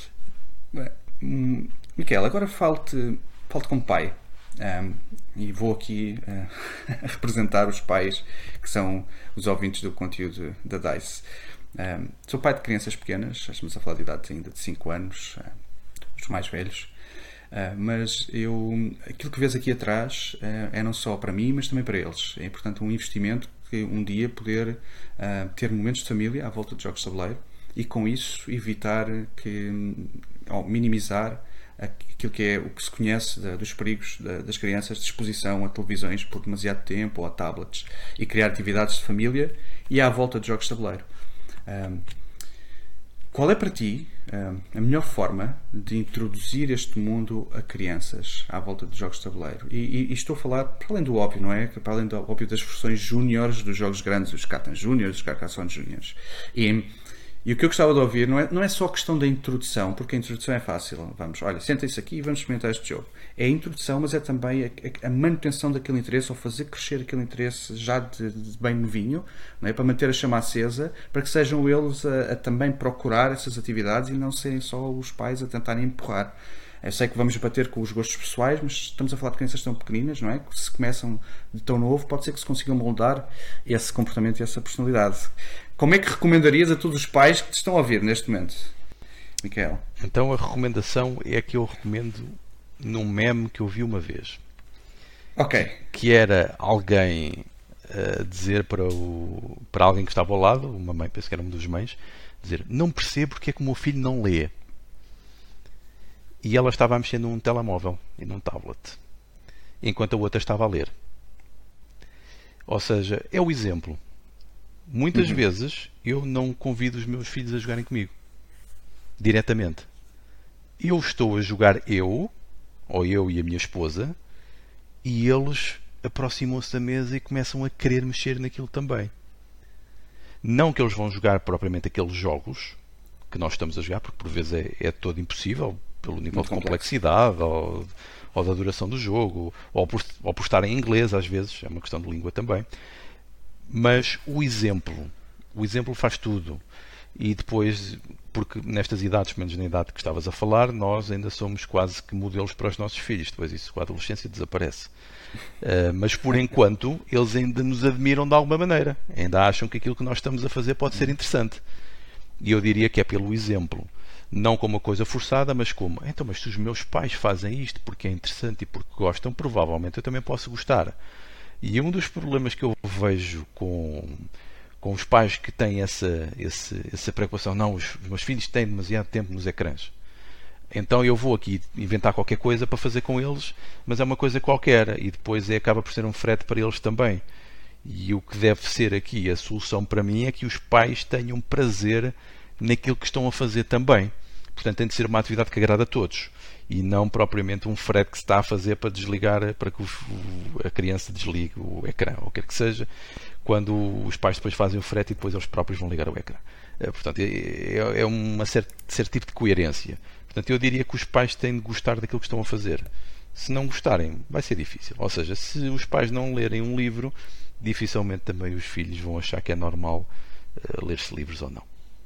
S1: Bem, Miquel, agora falo-te, falo-te como pai. Um, e vou aqui uh, representar os pais que são os ouvintes do conteúdo da DICE. Um, sou pai de crianças pequenas, estamos a falar de idades ainda de cinco anos, uh, os mais velhos. Uh, mas eu, aquilo que vês aqui atrás uh, é não só para mim, mas também para eles. É, portanto, um investimento que um dia poder uh, ter momentos de família à volta de jogos de tabuleiro e com isso evitar que, ou minimizar aquilo que é o que se conhece da, dos perigos da, das crianças de exposição a televisões por demasiado tempo ou a tablets, e criar atividades de família e à volta de jogos de tabuleiro. Um, qual é para ti um, a melhor forma de introduzir este mundo a crianças à volta de jogos de tabuleiro? E, e, e estou a falar para além do óbvio, não é? Para além do óbvio das versões júniores dos jogos grandes, os Catan Júniores, os Carcassonne Júniores. E E o que eu gostava de ouvir não é, não é só a questão da introdução, porque a introdução é fácil. Vamos, olha, sentem-se aqui e vamos experimentar este jogo. É a introdução, mas é também a, a manutenção daquele interesse, ou fazer crescer aquele interesse já de, de bem novinho, não é? Para manter a chama acesa, para que sejam eles a, a também procurar essas atividades e não serem só os pais a tentarem empurrar. Eu sei que vamos bater com os gostos pessoais, mas estamos a falar de crianças tão pequeninas, não é? Que se começam de tão novo, pode ser que se consigam moldar esse comportamento e essa personalidade. Como é que recomendarias a todos os pais que te estão a ouvir neste momento, Miquel?
S2: Então a recomendação é a que eu recomendo num meme que eu vi uma vez.
S1: Ok.
S2: Que era alguém a dizer para, o, para alguém que estava ao lado, uma mãe, penso que era uma das mães, dizer: não percebo porque é que o meu filho não lê. E ela estava a mexer num telemóvel e num tablet, enquanto a outra estava a ler. Ou seja, é o exemplo. Muitas uhum. vezes eu não convido os meus filhos a jogarem comigo diretamente. Eu estou a jogar eu, ou eu e a minha esposa, e eles aproximam-se da mesa e começam a querer mexer naquilo também. Não que eles vão jogar propriamente aqueles jogos que nós estamos a jogar, porque por vezes é, é todo impossível, pelo nível Muito de complexidade ou, ou da duração do jogo, ou por, ou por estar em inglês às vezes, é uma questão de língua também. Mas o exemplo, o exemplo faz tudo. E depois, porque nestas idades, menos na idade que estavas a falar, nós ainda somos quase que modelos para os nossos filhos. Depois isso com a adolescência desaparece. Uh, mas por enquanto, eles ainda nos admiram de alguma maneira. Ainda acham que aquilo que nós estamos a fazer pode ser interessante. E eu diria que é pelo exemplo. Não como uma coisa forçada, mas como: então, mas se os meus pais fazem isto porque é interessante e porque gostam, provavelmente eu também posso gostar. E um dos problemas que eu vejo com, com os pais que têm essa, essa, essa preocupação: não, os, os meus filhos têm demasiado tempo nos ecrãs, então eu vou aqui inventar qualquer coisa para fazer com eles, mas é uma coisa qualquer, e depois é, acaba por ser um frete para eles também. E o que deve ser aqui a solução para mim é que os pais tenham prazer naquilo que estão a fazer também. Portanto, tem de ser uma atividade que agrada a todos e não propriamente um frete que se está a fazer para desligar, para que o, a criança desligue o ecrã, ou quer que seja, quando os pais depois fazem o frete e depois eles próprios vão ligar o ecrã. Portanto, é, é um certo, certo tipo de coerência. Portanto, eu diria que os pais têm de gostar daquilo que estão a fazer. Se não gostarem, vai ser difícil. Ou seja, se os pais não lerem um livro, dificilmente também os filhos vão achar que é normal uh, ler-se livros ou não.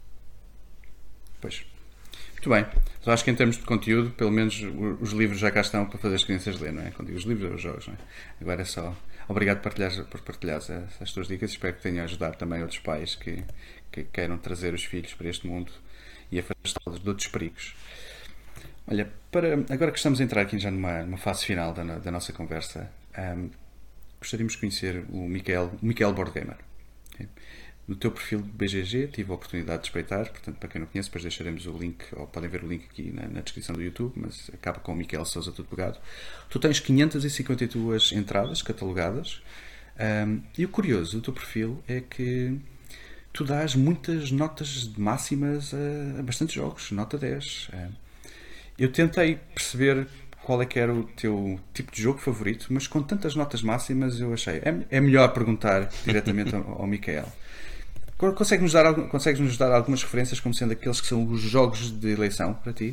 S1: Pois. Muito bem. Só acho que em termos de conteúdo, pelo menos os livros já cá estão para fazer as crianças ler, não é? Quando digo os livros, os jogos, não é? Agora é só... Obrigado por partilhares, por partilhares as tuas dicas. Espero que tenha ajudado também outros pais que, que queiram trazer os filhos para este mundo e afastá-los de outros perigos. Olha, para, agora que estamos a entrar aqui já numa, numa fase final da, da nossa conversa, um, gostaríamos de conhecer o Miquel, o Miquel Board Gamer. Okay? No teu perfil de B G G tive a oportunidade de espreitar, portanto, para quem não conhece, depois deixaremos o link, ou podem ver o link aqui na, na descrição do YouTube, mas acaba com o Miquel Sousa tudo pegado. Tu tens quinhentas e cinquenta e duas entradas catalogadas, um, e o curioso do teu perfil é que tu dás muitas notas máximas a, a bastantes jogos, nota dez. Um, eu tentei perceber qual é que era o teu tipo de jogo favorito, mas com tantas notas máximas eu achei, é, é melhor perguntar diretamente ao, ao Miquel. Consegues-nos dar, consegues-nos dar algumas referências como sendo aqueles que são os jogos de eleição para ti?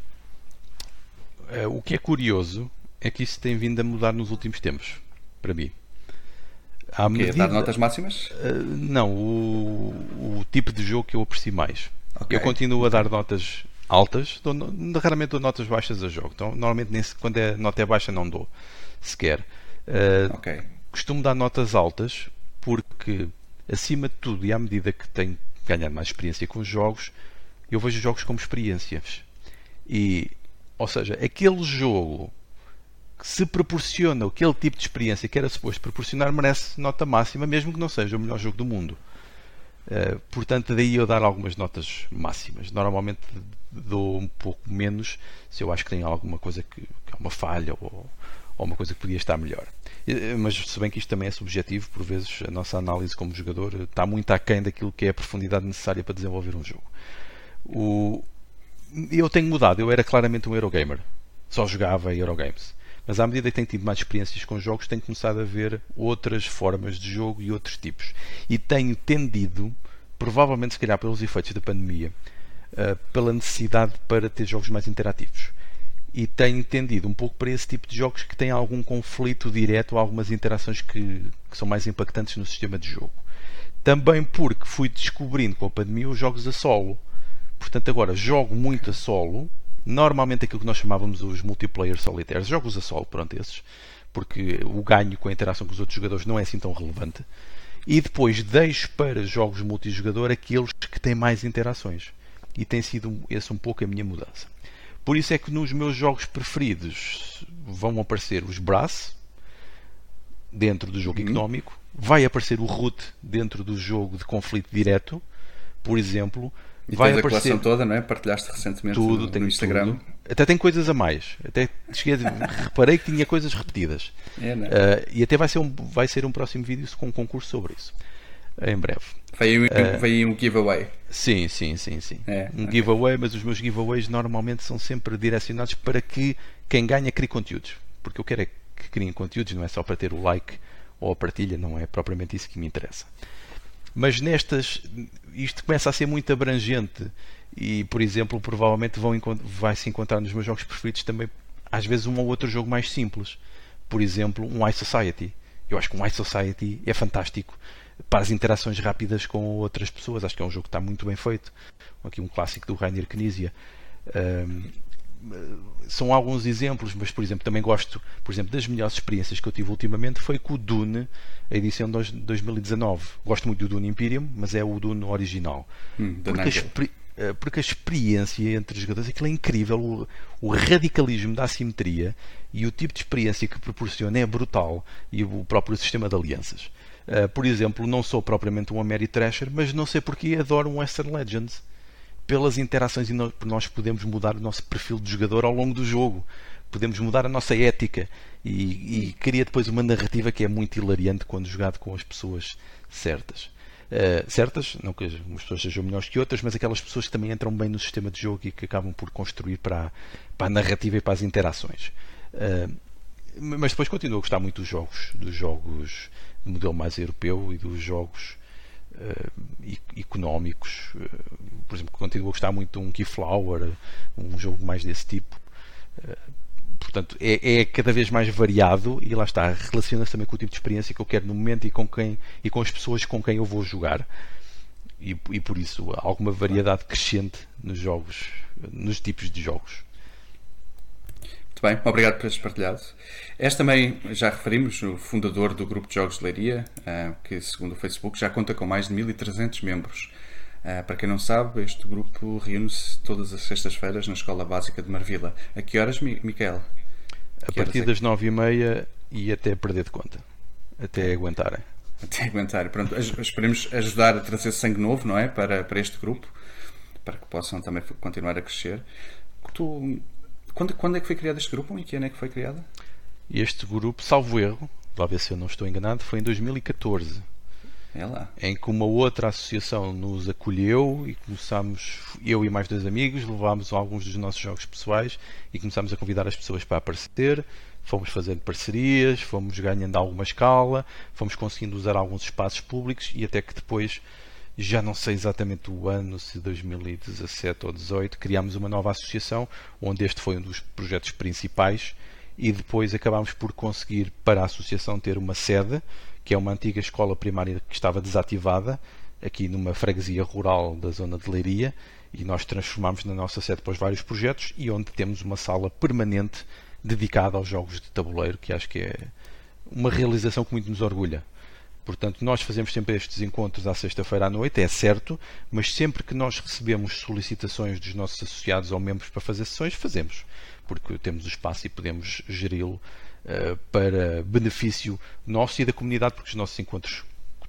S2: O que é curioso é que isso tem vindo a mudar nos últimos tempos, para mim.
S1: À medida... Dar notas máximas?
S2: Uh, não, o, o tipo de jogo que eu aprecio mais. Okay. Eu continuo a dar notas altas, dou, raramente dou notas baixas a jogo. Então, normalmente, nem, quando a nota é baixa, não dou sequer. Uh, okay. Costumo dar notas altas porque, acima de tudo, e à medida que tenho ganhado mais experiência com os jogos, eu vejo os jogos como experiências. E, ou seja, aquele jogo que se proporciona aquele tipo de experiência que era suposto proporcionar merece nota máxima, mesmo que não seja o melhor jogo do mundo. Uh, portanto, daí eu dar algumas notas máximas. Normalmente dou um pouco menos se eu acho que tem alguma coisa que, que é uma falha ou, ou uma coisa que podia estar melhor. Uh, mas se bem que isto também é subjetivo, por vezes a nossa análise como jogador está muito aquém daquilo que é a profundidade necessária para desenvolver um jogo. O, eu tenho mudado, eu era claramente um Eurogamer, só jogava Eurogames. Mas à medida que tenho tido mais experiências com jogos, tenho começado a ver outras formas de jogo e outros tipos. E tenho tendido, provavelmente se calhar pelos efeitos da pandemia, uh, pela necessidade para ter jogos mais interativos. E tenho tendido um pouco para esse tipo de jogos que têm algum conflito direto, algumas interações que, que são mais impactantes no sistema de jogo. Também porque fui descobrindo com a pandemia os jogos a solo. Portanto, agora jogo muito a solo. Normalmente aquilo que nós chamávamos os multiplayer solitários, jogos a solo, pronto, esses, porque o ganho com a interação com os outros jogadores não é assim tão relevante. E depois deixo para jogos multijogador aqueles que têm mais interações. E tem sido esse um pouco a minha mudança. Por isso é que nos meus jogos preferidos vão aparecer os Brass, dentro do jogo uhum. económico, vai aparecer o Root dentro do jogo de conflito direto, por exemplo.
S1: E
S2: vai
S1: tens
S2: aparecer
S1: a coleção toda, não é? Partilhaste recentemente
S2: tudo,
S1: no,
S2: tenho
S1: no Instagram.
S2: Tudo. Até tem coisas a mais. Até cheguei a... reparei que tinha coisas repetidas.
S1: É, não é?
S2: Uh, e até vai ser, um, vai ser um próximo vídeo com um concurso sobre isso. Em breve.
S1: Vai aí, uh, vai aí um giveaway.
S2: Sim, sim, sim, sim.
S1: É,
S2: um
S1: okay.
S2: giveaway, mas os meus giveaways normalmente são sempre direcionados para que quem ganha crie conteúdos. Porque eu quero é que criem conteúdos, não é só para ter o like ou a partilha, não é propriamente isso que me interessa. Mas nestas, isto começa a ser muito abrangente e, por exemplo, provavelmente vão, vai-se encontrar nos meus jogos preferidos também, às vezes, um ou outro jogo mais simples. Por exemplo, um iSociety. Eu acho que um iSociety é fantástico para as interações rápidas com outras pessoas. Acho que é um jogo que está muito bem feito. Aqui um clássico do Rainer Knizia. Um, são alguns exemplos, mas por exemplo também gosto, por exemplo, das melhores experiências que eu tive ultimamente foi com o Dune, a edição de dois mil e dezanove. Gosto muito do Dune Imperium, mas é o Dune original.
S1: Hum,
S2: porque, a experi- porque a experiência entre os jogadores, aquilo é incrível, o, o radicalismo da assimetria e o tipo de experiência que proporciona é brutal, e o próprio sistema de alianças. Uh, por exemplo, não sou propriamente um Ameritrasher, mas não sei porque adoro um Western Legends. Pelas interações e nós, nós podemos mudar o nosso perfil de jogador ao longo do jogo, podemos mudar a nossa ética e, e cria depois uma narrativa que é muito hilariante quando jogado com as pessoas certas. Uh, certas, não que as pessoas sejam melhores que outras, mas aquelas pessoas que também entram bem no sistema de jogo e que acabam por construir para a, para a narrativa e para as interações. Uh, mas depois continuo a gostar muito dos jogos, dos jogos de modelo mais europeu e dos jogos Uh, económicos. Uh, por exemplo, continuo a gostar muito de um Keyflower, um jogo mais desse tipo. Uh, portanto, é, é cada vez mais variado e lá está, relaciona-se também com o tipo de experiência que eu quero no momento e com, quem, e com as pessoas com quem eu vou jogar. E, e por isso há alguma variedade crescente nos jogos, nos tipos de jogos.
S1: Bem, obrigado por teres partilhado. És também, já referimos, o fundador do grupo de jogos de Leiria, que segundo o Facebook já conta com mais de mil e trezentos membros. Para quem não sabe, este grupo reúne-se todas as sextas-feiras na Escola Básica de Marvila. A que horas, Micael?
S2: A partir das nove e meia e até perder de conta. Até aguentarem.
S1: Até aguentar. Pronto, esperemos ajudar a trazer sangue novo, não é? Para, para este grupo, para que possam também continuar a crescer. Tu... Quando, quando é que foi criado este grupo? Em que ano é que foi criado?
S2: Este grupo, salvo erro, lá ver se eu não estou enganado, foi em dois mil e catorze.
S1: É lá.
S2: Em que uma outra associação nos acolheu e começámos, eu e mais dois amigos, levámos alguns dos nossos jogos pessoais e começámos a convidar as pessoas para aparecer. Fomos fazendo parcerias, fomos ganhando alguma escala, fomos conseguindo usar alguns espaços públicos e até que depois, já não sei exatamente o ano, se dois mil e dezassete ou dezoito, criámos uma nova associação, onde este foi um dos projetos principais e depois acabámos por conseguir para a associação ter uma sede, que é uma antiga escola primária que estava desativada, aqui numa freguesia rural da zona de Leiria, e nós transformámos na nossa sede para os vários projetos e onde temos uma sala permanente dedicada aos jogos de tabuleiro, que acho que é uma realização que muito nos orgulha. Portanto, nós fazemos sempre estes encontros à sexta-feira à noite, é certo, mas sempre que nós recebemos solicitações dos nossos associados ou membros para fazer sessões, fazemos, porque temos o espaço e podemos geri-lo uh, para benefício nosso e da comunidade, porque os nossos encontros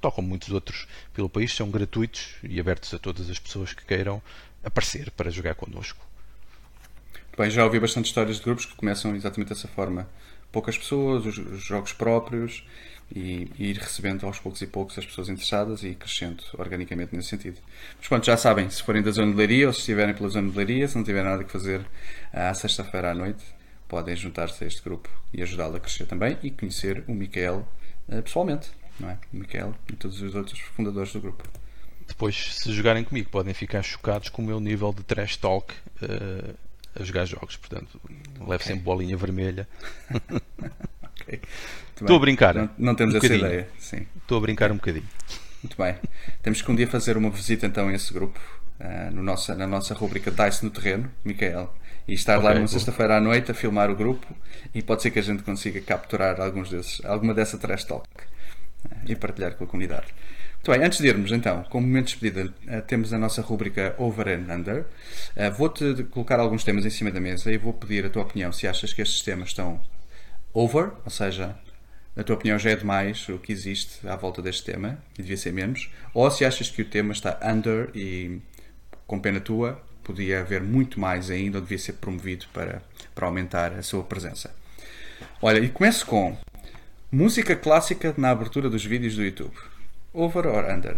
S2: tal como muitos outros pelo país, são gratuitos e abertos a todas as pessoas que queiram aparecer para jogar connosco.
S1: Bem, já ouvi bastante histórias de grupos que começam exatamente dessa forma. Poucas pessoas, os, os jogos próprios e, e ir recebendo aos poucos e poucos as pessoas interessadas e crescendo organicamente nesse sentido. Mas pronto, já sabem, se forem da zona de Leiria ou se estiverem pela zona de Leiria, se não tiverem nada que fazer à sexta-feira à noite, podem juntar-se a este grupo e ajudá-lo a crescer também e conhecer o Micael uh, pessoalmente, não é? O Micael e todos os outros fundadores do grupo.
S2: Depois, se jogarem comigo, podem ficar chocados com o meu nível de trash talk uh, a jogar jogos. Portanto, levo okay. sempre bolinha vermelha.
S1: Okay.
S2: Estou a brincar.
S1: Não, não temos
S2: um
S1: essa ideia. Sim.
S2: Estou a brincar
S1: okay.
S2: um bocadinho.
S1: Muito bem. Temos que um dia fazer uma visita então a esse grupo, uh, no nossa, na nossa rubrica Dice no Terreno, Micael. E estar okay, lá numa sexta-feira à noite a filmar o grupo e pode ser que a gente consiga capturar alguns desses, alguma dessa trash talk uh, e partilhar com a comunidade. Muito bem, antes de irmos então, como momento de despedida, uh, temos a nossa rubrica Over and Under. Uh, vou-te colocar alguns temas em cima da mesa e vou pedir a tua opinião se achas que estes temas estão over, ou seja, na tua opinião já é demais o que existe à volta deste tema e devia ser menos, ou se achas que o tema está under e, com pena tua, podia haver muito mais ainda ou devia ser promovido para, para aumentar a sua presença. Olha, e começo com música clássica na abertura dos vídeos do YouTube. Over or under?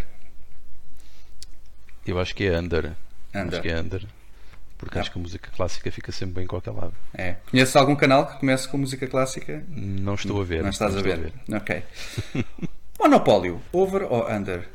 S2: Eu acho que é under.
S1: Under.
S2: Acho que é under. Porque ah. acho que a música clássica fica sempre bem em qualquer lado.
S1: É. Conheces algum canal que comece com música clássica?
S2: Não estou a ver.
S1: Não estás
S2: não
S1: a, ver.
S2: a ver.
S1: Ok. Monopólio, over ou under?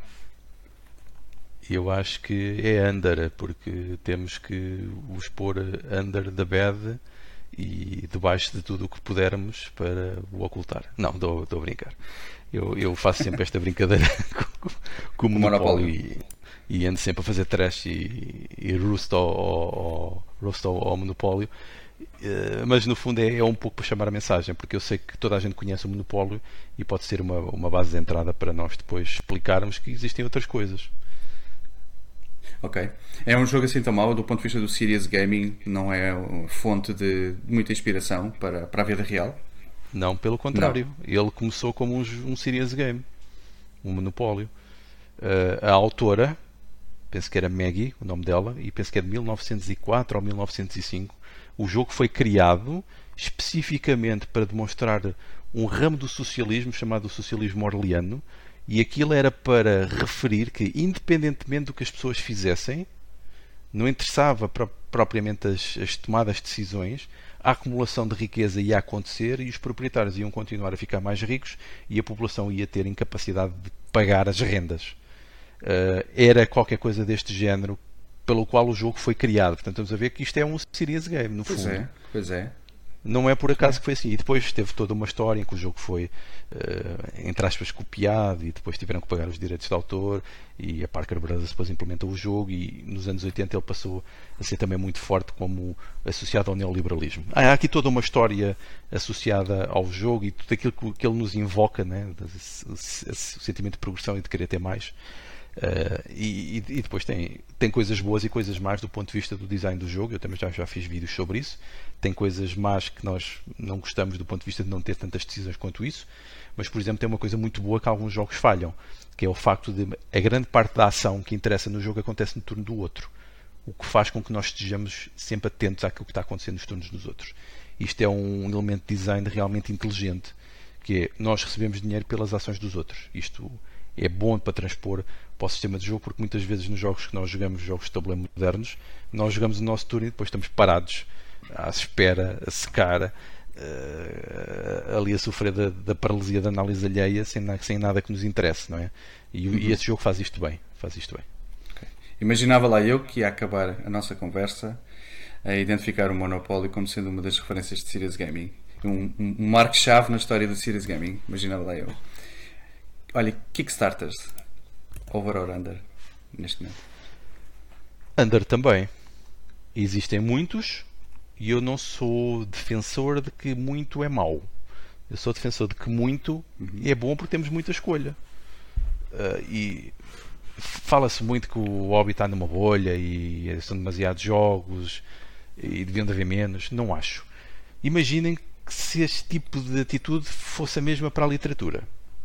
S2: Eu acho que é under, porque temos que os pôr under the bed e debaixo de tudo o que pudermos para o ocultar. Não, estou a brincar. Eu, eu faço sempre esta brincadeira com, com o Monopólio e, e ando sempre a fazer trash e, e roast ao, ao, roast ao, ao Monopólio. Uh, mas no fundo é, é um pouco para chamar a mensagem, porque eu sei que toda a gente conhece o Monopólio e pode ser uma, uma base de entrada para nós depois explicarmos que existem outras coisas.
S1: Ok. É um jogo assim tão mau do ponto de vista do serious gaming, não é fonte de muita inspiração para, para a vida real?
S2: Não, pelo contrário. Não. Ele começou como um, um serious game, um Monopólio. Uh, a autora, penso que era Maggie, o nome dela, e penso que é de mil novecentos e quatro ou mil novecentos e cinco. O jogo foi criado especificamente para demonstrar um ramo do socialismo chamado socialismo orleano, e aquilo era para referir que, independentemente do que as pessoas fizessem, não interessava pro- propriamente as, as tomadas de decisões, a acumulação de riqueza ia acontecer e os proprietários iam continuar a ficar mais ricos e a população ia ter incapacidade de pagar as rendas. Uh, era qualquer coisa deste género pelo qual o jogo foi criado. Portanto, estamos a ver que isto é um serious game, no
S1: pois
S2: fundo.
S1: É, pois é.
S2: Não é por acaso que foi assim. E depois teve toda uma história em que o jogo foi, uh, entre aspas, copiado e depois tiveram que pagar os direitos de autor e a Parker Brothers depois implementou o jogo e nos anos oitenta ele passou a ser também muito forte como associado ao neoliberalismo. Há aqui toda uma história associada ao jogo e tudo aquilo que ele nos invoca, né? o, o sentimento de progressão e de querer ter mais. Uh, e, e depois tem, tem coisas boas e coisas más do ponto de vista do design do jogo. Eu também já, já fiz vídeos sobre isso. Tem coisas más que nós não gostamos do ponto de vista de não ter tantas decisões quanto isso, mas por exemplo tem uma coisa muito boa que alguns jogos falham, que é o facto de a grande parte da ação que interessa no jogo acontece no turno do outro, o que faz com que nós estejamos sempre atentos àquilo que está acontecendo nos turnos dos outros. Isto é um elemento de design realmente inteligente, que é nós recebemos dinheiro pelas ações dos outros. Isto é bom para transpor para o sistema de jogo, porque muitas vezes nos jogos que nós jogamos, jogos de tabuleiro modernos, nós jogamos o nosso turno e depois estamos parados à espera, a secar, uh, ali a sofrer da, da paralisia da análise alheia sem, sem nada que nos interesse, não é? E, uhum. e esse jogo faz isto bem, faz isto bem.
S1: Okay. Imaginava lá eu que ia acabar a nossa conversa a identificar o Monopólio como sendo uma das referências de serious gaming, um, um, um marco-chave na história do serious gaming. Imaginava lá eu. Olha, Kickstarters, over or under, neste momento?
S2: Under também. Existem muitos e eu não sou defensor de que muito é mau. Eu sou defensor de que muito uhum. é bom porque temos muita escolha. Uh, e fala-se muito que o hobby está numa bolha e são demasiados jogos e deviam de haver menos. Não acho. Imaginem que se este tipo de atitude fosse a mesma para a literatura.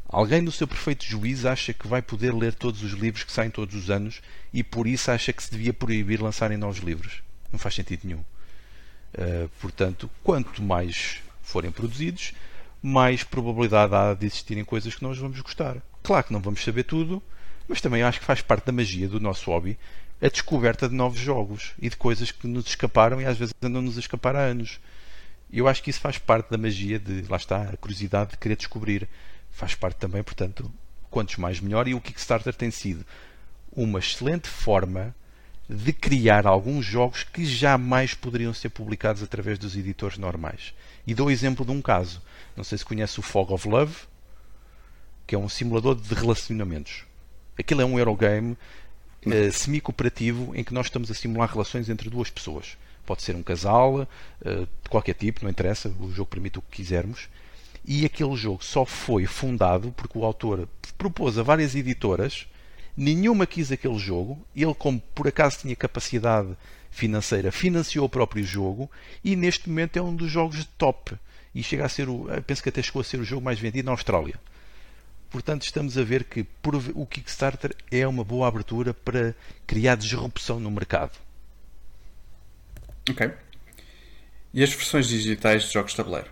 S2: Alguém no seu perfeito juízo acha que vai poder ler todos os livros que saem todos os anos e por isso acha que se devia proibir lançarem novos livros. Não faz sentido nenhum. Uh, portanto, quanto mais forem produzidos, mais probabilidade há de existirem coisas que nós vamos gostar. Claro que não vamos saber tudo, mas também acho que faz parte da magia do nosso hobby a descoberta de novos jogos e de coisas que nos escaparam e às vezes andam-nos a escapar há anos. E eu acho que isso faz parte da magia de, lá está, a curiosidade de querer descobrir. Faz parte também, portanto, quantos mais melhor. E o Kickstarter tem sido uma excelente forma de criar alguns jogos que jamais poderiam ser publicados através dos editores normais. E dou o exemplo de um caso. Não sei se conhece o Fog of Love, que é um simulador de relacionamentos. Aquilo é um Eurogame uh, semi-cooperativo em que nós estamos a simular relações entre duas pessoas. Pode ser um casal, uh, de qualquer tipo, não interessa, o jogo permite o que quisermos. E aquele jogo só foi fundado porque o autor propôs a várias editoras, nenhuma quis aquele jogo, ele, como por acaso tinha capacidade financeira, financiou o próprio jogo e neste momento é um dos jogos de top. E chega a ser, o, penso que até chegou a ser o jogo mais vendido na Austrália. Portanto, estamos a ver que o Kickstarter é uma boa abertura para criar disrupção no mercado.
S1: Ok. E as versões digitais de jogos de tabuleiro?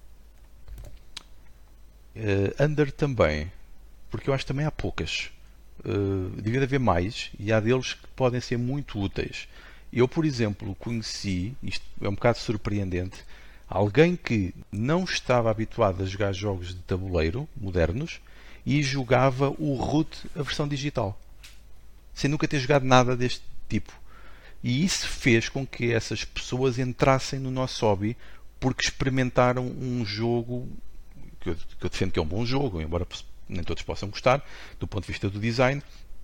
S2: Uh, Under também, porque eu acho que também há poucas. Uh, devia haver mais e há deles que podem ser muito úteis. Eu, por exemplo, conheci, isto é um bocado surpreendente, alguém que não estava habituado a jogar jogos de tabuleiro modernos e jogava o Root, a versão digital, sem nunca ter jogado nada deste tipo. E isso fez com que essas pessoas entrassem no nosso hobby porque experimentaram um jogo que eu, que eu defendo que é um bom jogo, embora nem todos possam gostar, do ponto de vista do design.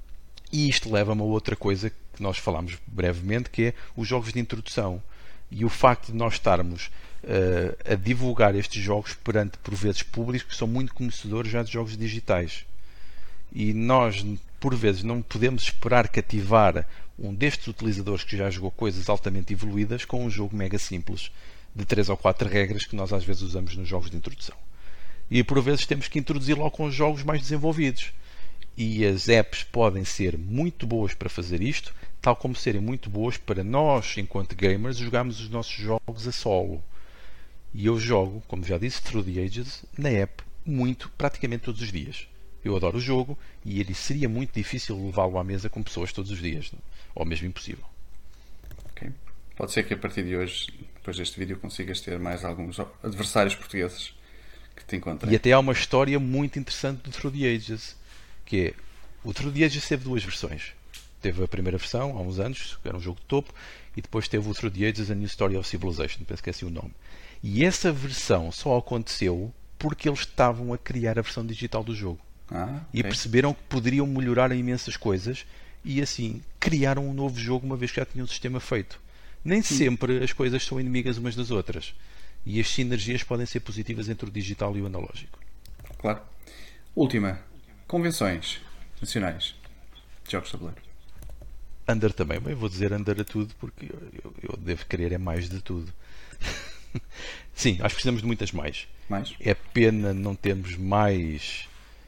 S2: E isto leva-me a outra coisa que nós falámos brevemente, que é os jogos de introdução. E o facto de nós estarmos uh, a divulgar estes jogos perante, por vezes, públicos que são muito conhecedores já de jogos digitais. E nós, por vezes, não podemos esperar cativar um destes utilizadores que já jogou coisas altamente evoluídas com um jogo mega simples, de três ou quatro regras que nós às vezes usamos nos jogos de introdução. E por vezes temos que introduzir logo com os jogos mais desenvolvidos. E as apps podem ser muito boas para fazer isto, tal como serem muito boas para nós, enquanto gamers, jogarmos os nossos jogos a solo. E eu jogo, como já disse, Through the Ages, na app, muito, praticamente todos os dias. Eu adoro o jogo e ele seria muito difícil levá-lo à mesa com pessoas todos os dias, ou mesmo impossível.
S1: Okay. Pode ser que a partir de hoje, depois deste vídeo, consigas ter mais alguns adversários portugueses que te encontrem.
S2: E até há uma história muito interessante do Through the Ages, que é, o Through the Ages teve duas versões. Teve a primeira versão, há uns anos, que era um jogo de topo, e depois teve o Through the Ages, A New Story of Civilization, penso que é assim o nome. E essa versão só aconteceu porque eles estavam a criar a versão digital do jogo.
S1: Ah, okay.
S2: E perceberam que poderiam melhorar imensas coisas e assim criaram um novo jogo uma vez que já tinham um sistema feito. Nem Sim. sempre as coisas são inimigas umas das outras e as sinergias podem ser positivas entre o digital e o analógico.
S1: Claro. Última, convenções nacionais de jogos de tabuleiro.
S2: Under também, bem, vou dizer under a tudo porque eu, eu devo querer é mais de tudo. Sim, acho que precisamos de muitas mais.
S1: mais?
S2: É pena não termos mais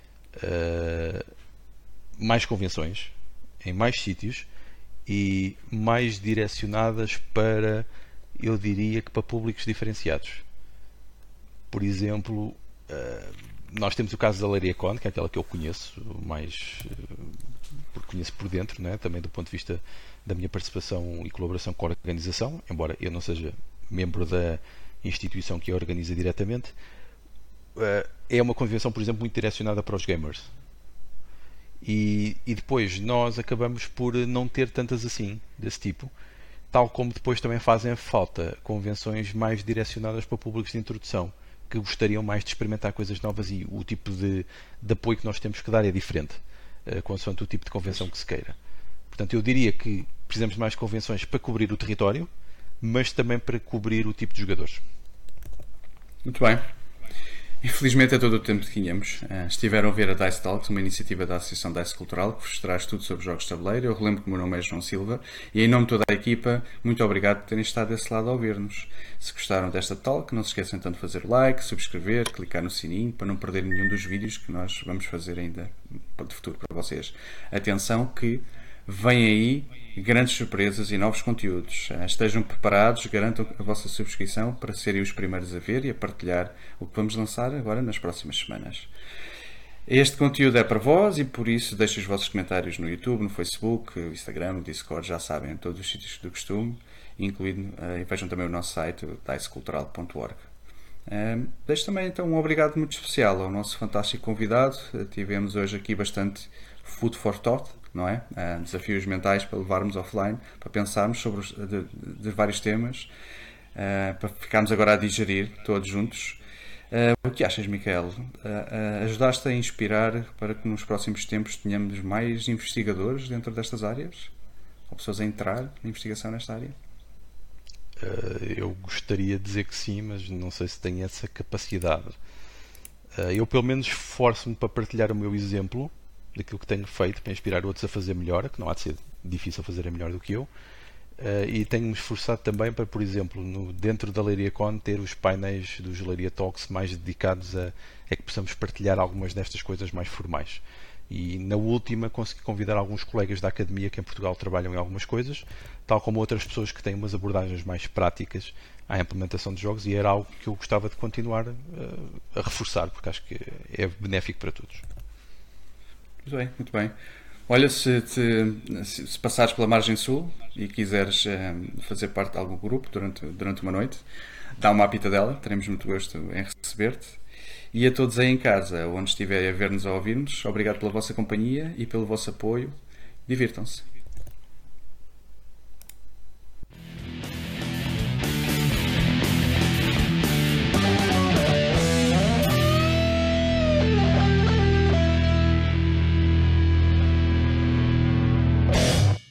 S2: Uh, mais convenções em mais sítios e mais direcionadas para, eu diria que para públicos diferenciados. Por exemplo, uh, nós temos o caso da Leiria.con, que é aquela que eu conheço mais uh, porque conheço por dentro, né? Também do ponto de vista da minha participação e colaboração com a organização, embora eu não seja membro da instituição que a organiza diretamente. Uh, é uma convenção, por exemplo, muito direcionada para os gamers. E, e depois nós acabamos por não ter tantas assim, desse tipo. Tal como depois também fazem falta convenções mais direcionadas para públicos de introdução, que gostariam mais de experimentar coisas novas e o tipo de, de apoio que nós temos que dar é diferente, uh, consoante o tipo de convenção que se queira. Portanto, eu diria que precisamos de mais convenções para cobrir o território, mas também para cobrir o tipo de jogadores.
S1: Muito bem. Infelizmente é todo o tempo que tínhamos. Uh, estiveram a ver a Dice Talks, uma iniciativa da Associação Dice Cultural, que vos traz tudo sobre jogos de tabuleiro. Eu relembro que o meu nome é João Silva e, em nome de toda a equipa, muito obrigado por terem estado desse lado a ouvir-nos. Se gostaram desta talk, não se esqueçam então de fazer like, subscrever, clicar no sininho para não perder nenhum dos vídeos que nós vamos fazer ainda de futuro para vocês. Atenção que vem aí grandes surpresas e novos conteúdos. Estejam preparados, garantam a vossa subscrição para serem os primeiros a ver e a partilhar o que vamos lançar agora nas próximas semanas. Este conteúdo é para vós e por isso deixem os vossos comentários no YouTube, no Facebook, no Instagram, no Discord, já sabem, em todos os sítios do costume, incluindo, uh, e vejam também o nosso site, dice cultural ponto org. Um, deixo também então um obrigado muito especial ao nosso fantástico convidado. Tivemos hoje aqui bastante food for thought, não é? Uh, desafios mentais para levarmos offline, para pensarmos sobre os de, de vários temas, uh, para ficarmos agora a digerir todos juntos. Uh, o que achas, Micael? Uh, uh, ajudaste a inspirar para que nos próximos tempos tenhamos mais investigadores dentro destas áreas? Ou pessoas a entrar na investigação nesta área?
S2: Uh, eu gostaria de dizer que sim, mas não sei se tenho essa capacidade. Uh, eu pelo menos esforço-me para partilhar o meu exemplo daquilo que tenho feito, para inspirar outros a fazer melhor, que não há de ser difícil fazer melhor do que eu. Uh, e tenho-me esforçado também para, por exemplo, no, dentro da Leiria Con, ter os painéis dos Leiria Talks mais dedicados a, a que possamos partilhar algumas destas coisas mais formais. E na última consegui convidar alguns colegas da academia que em Portugal trabalham em algumas coisas, tal como outras pessoas que têm umas abordagens mais práticas à implementação de jogos, e era algo que eu gostava de continuar uh, a reforçar, porque acho que é benéfico para todos.
S1: Muito bem, muito bem. Olha, se, te, se, se passares pela Margem Sul e quiseres um, fazer parte de algum grupo durante, durante uma noite, dá uma apita dela, teremos muito gosto em receber-te. E a todos aí em casa, onde estiverem a ver-nos ou a ouvir-nos, obrigado pela vossa companhia e pelo vosso apoio. Divirtam-se.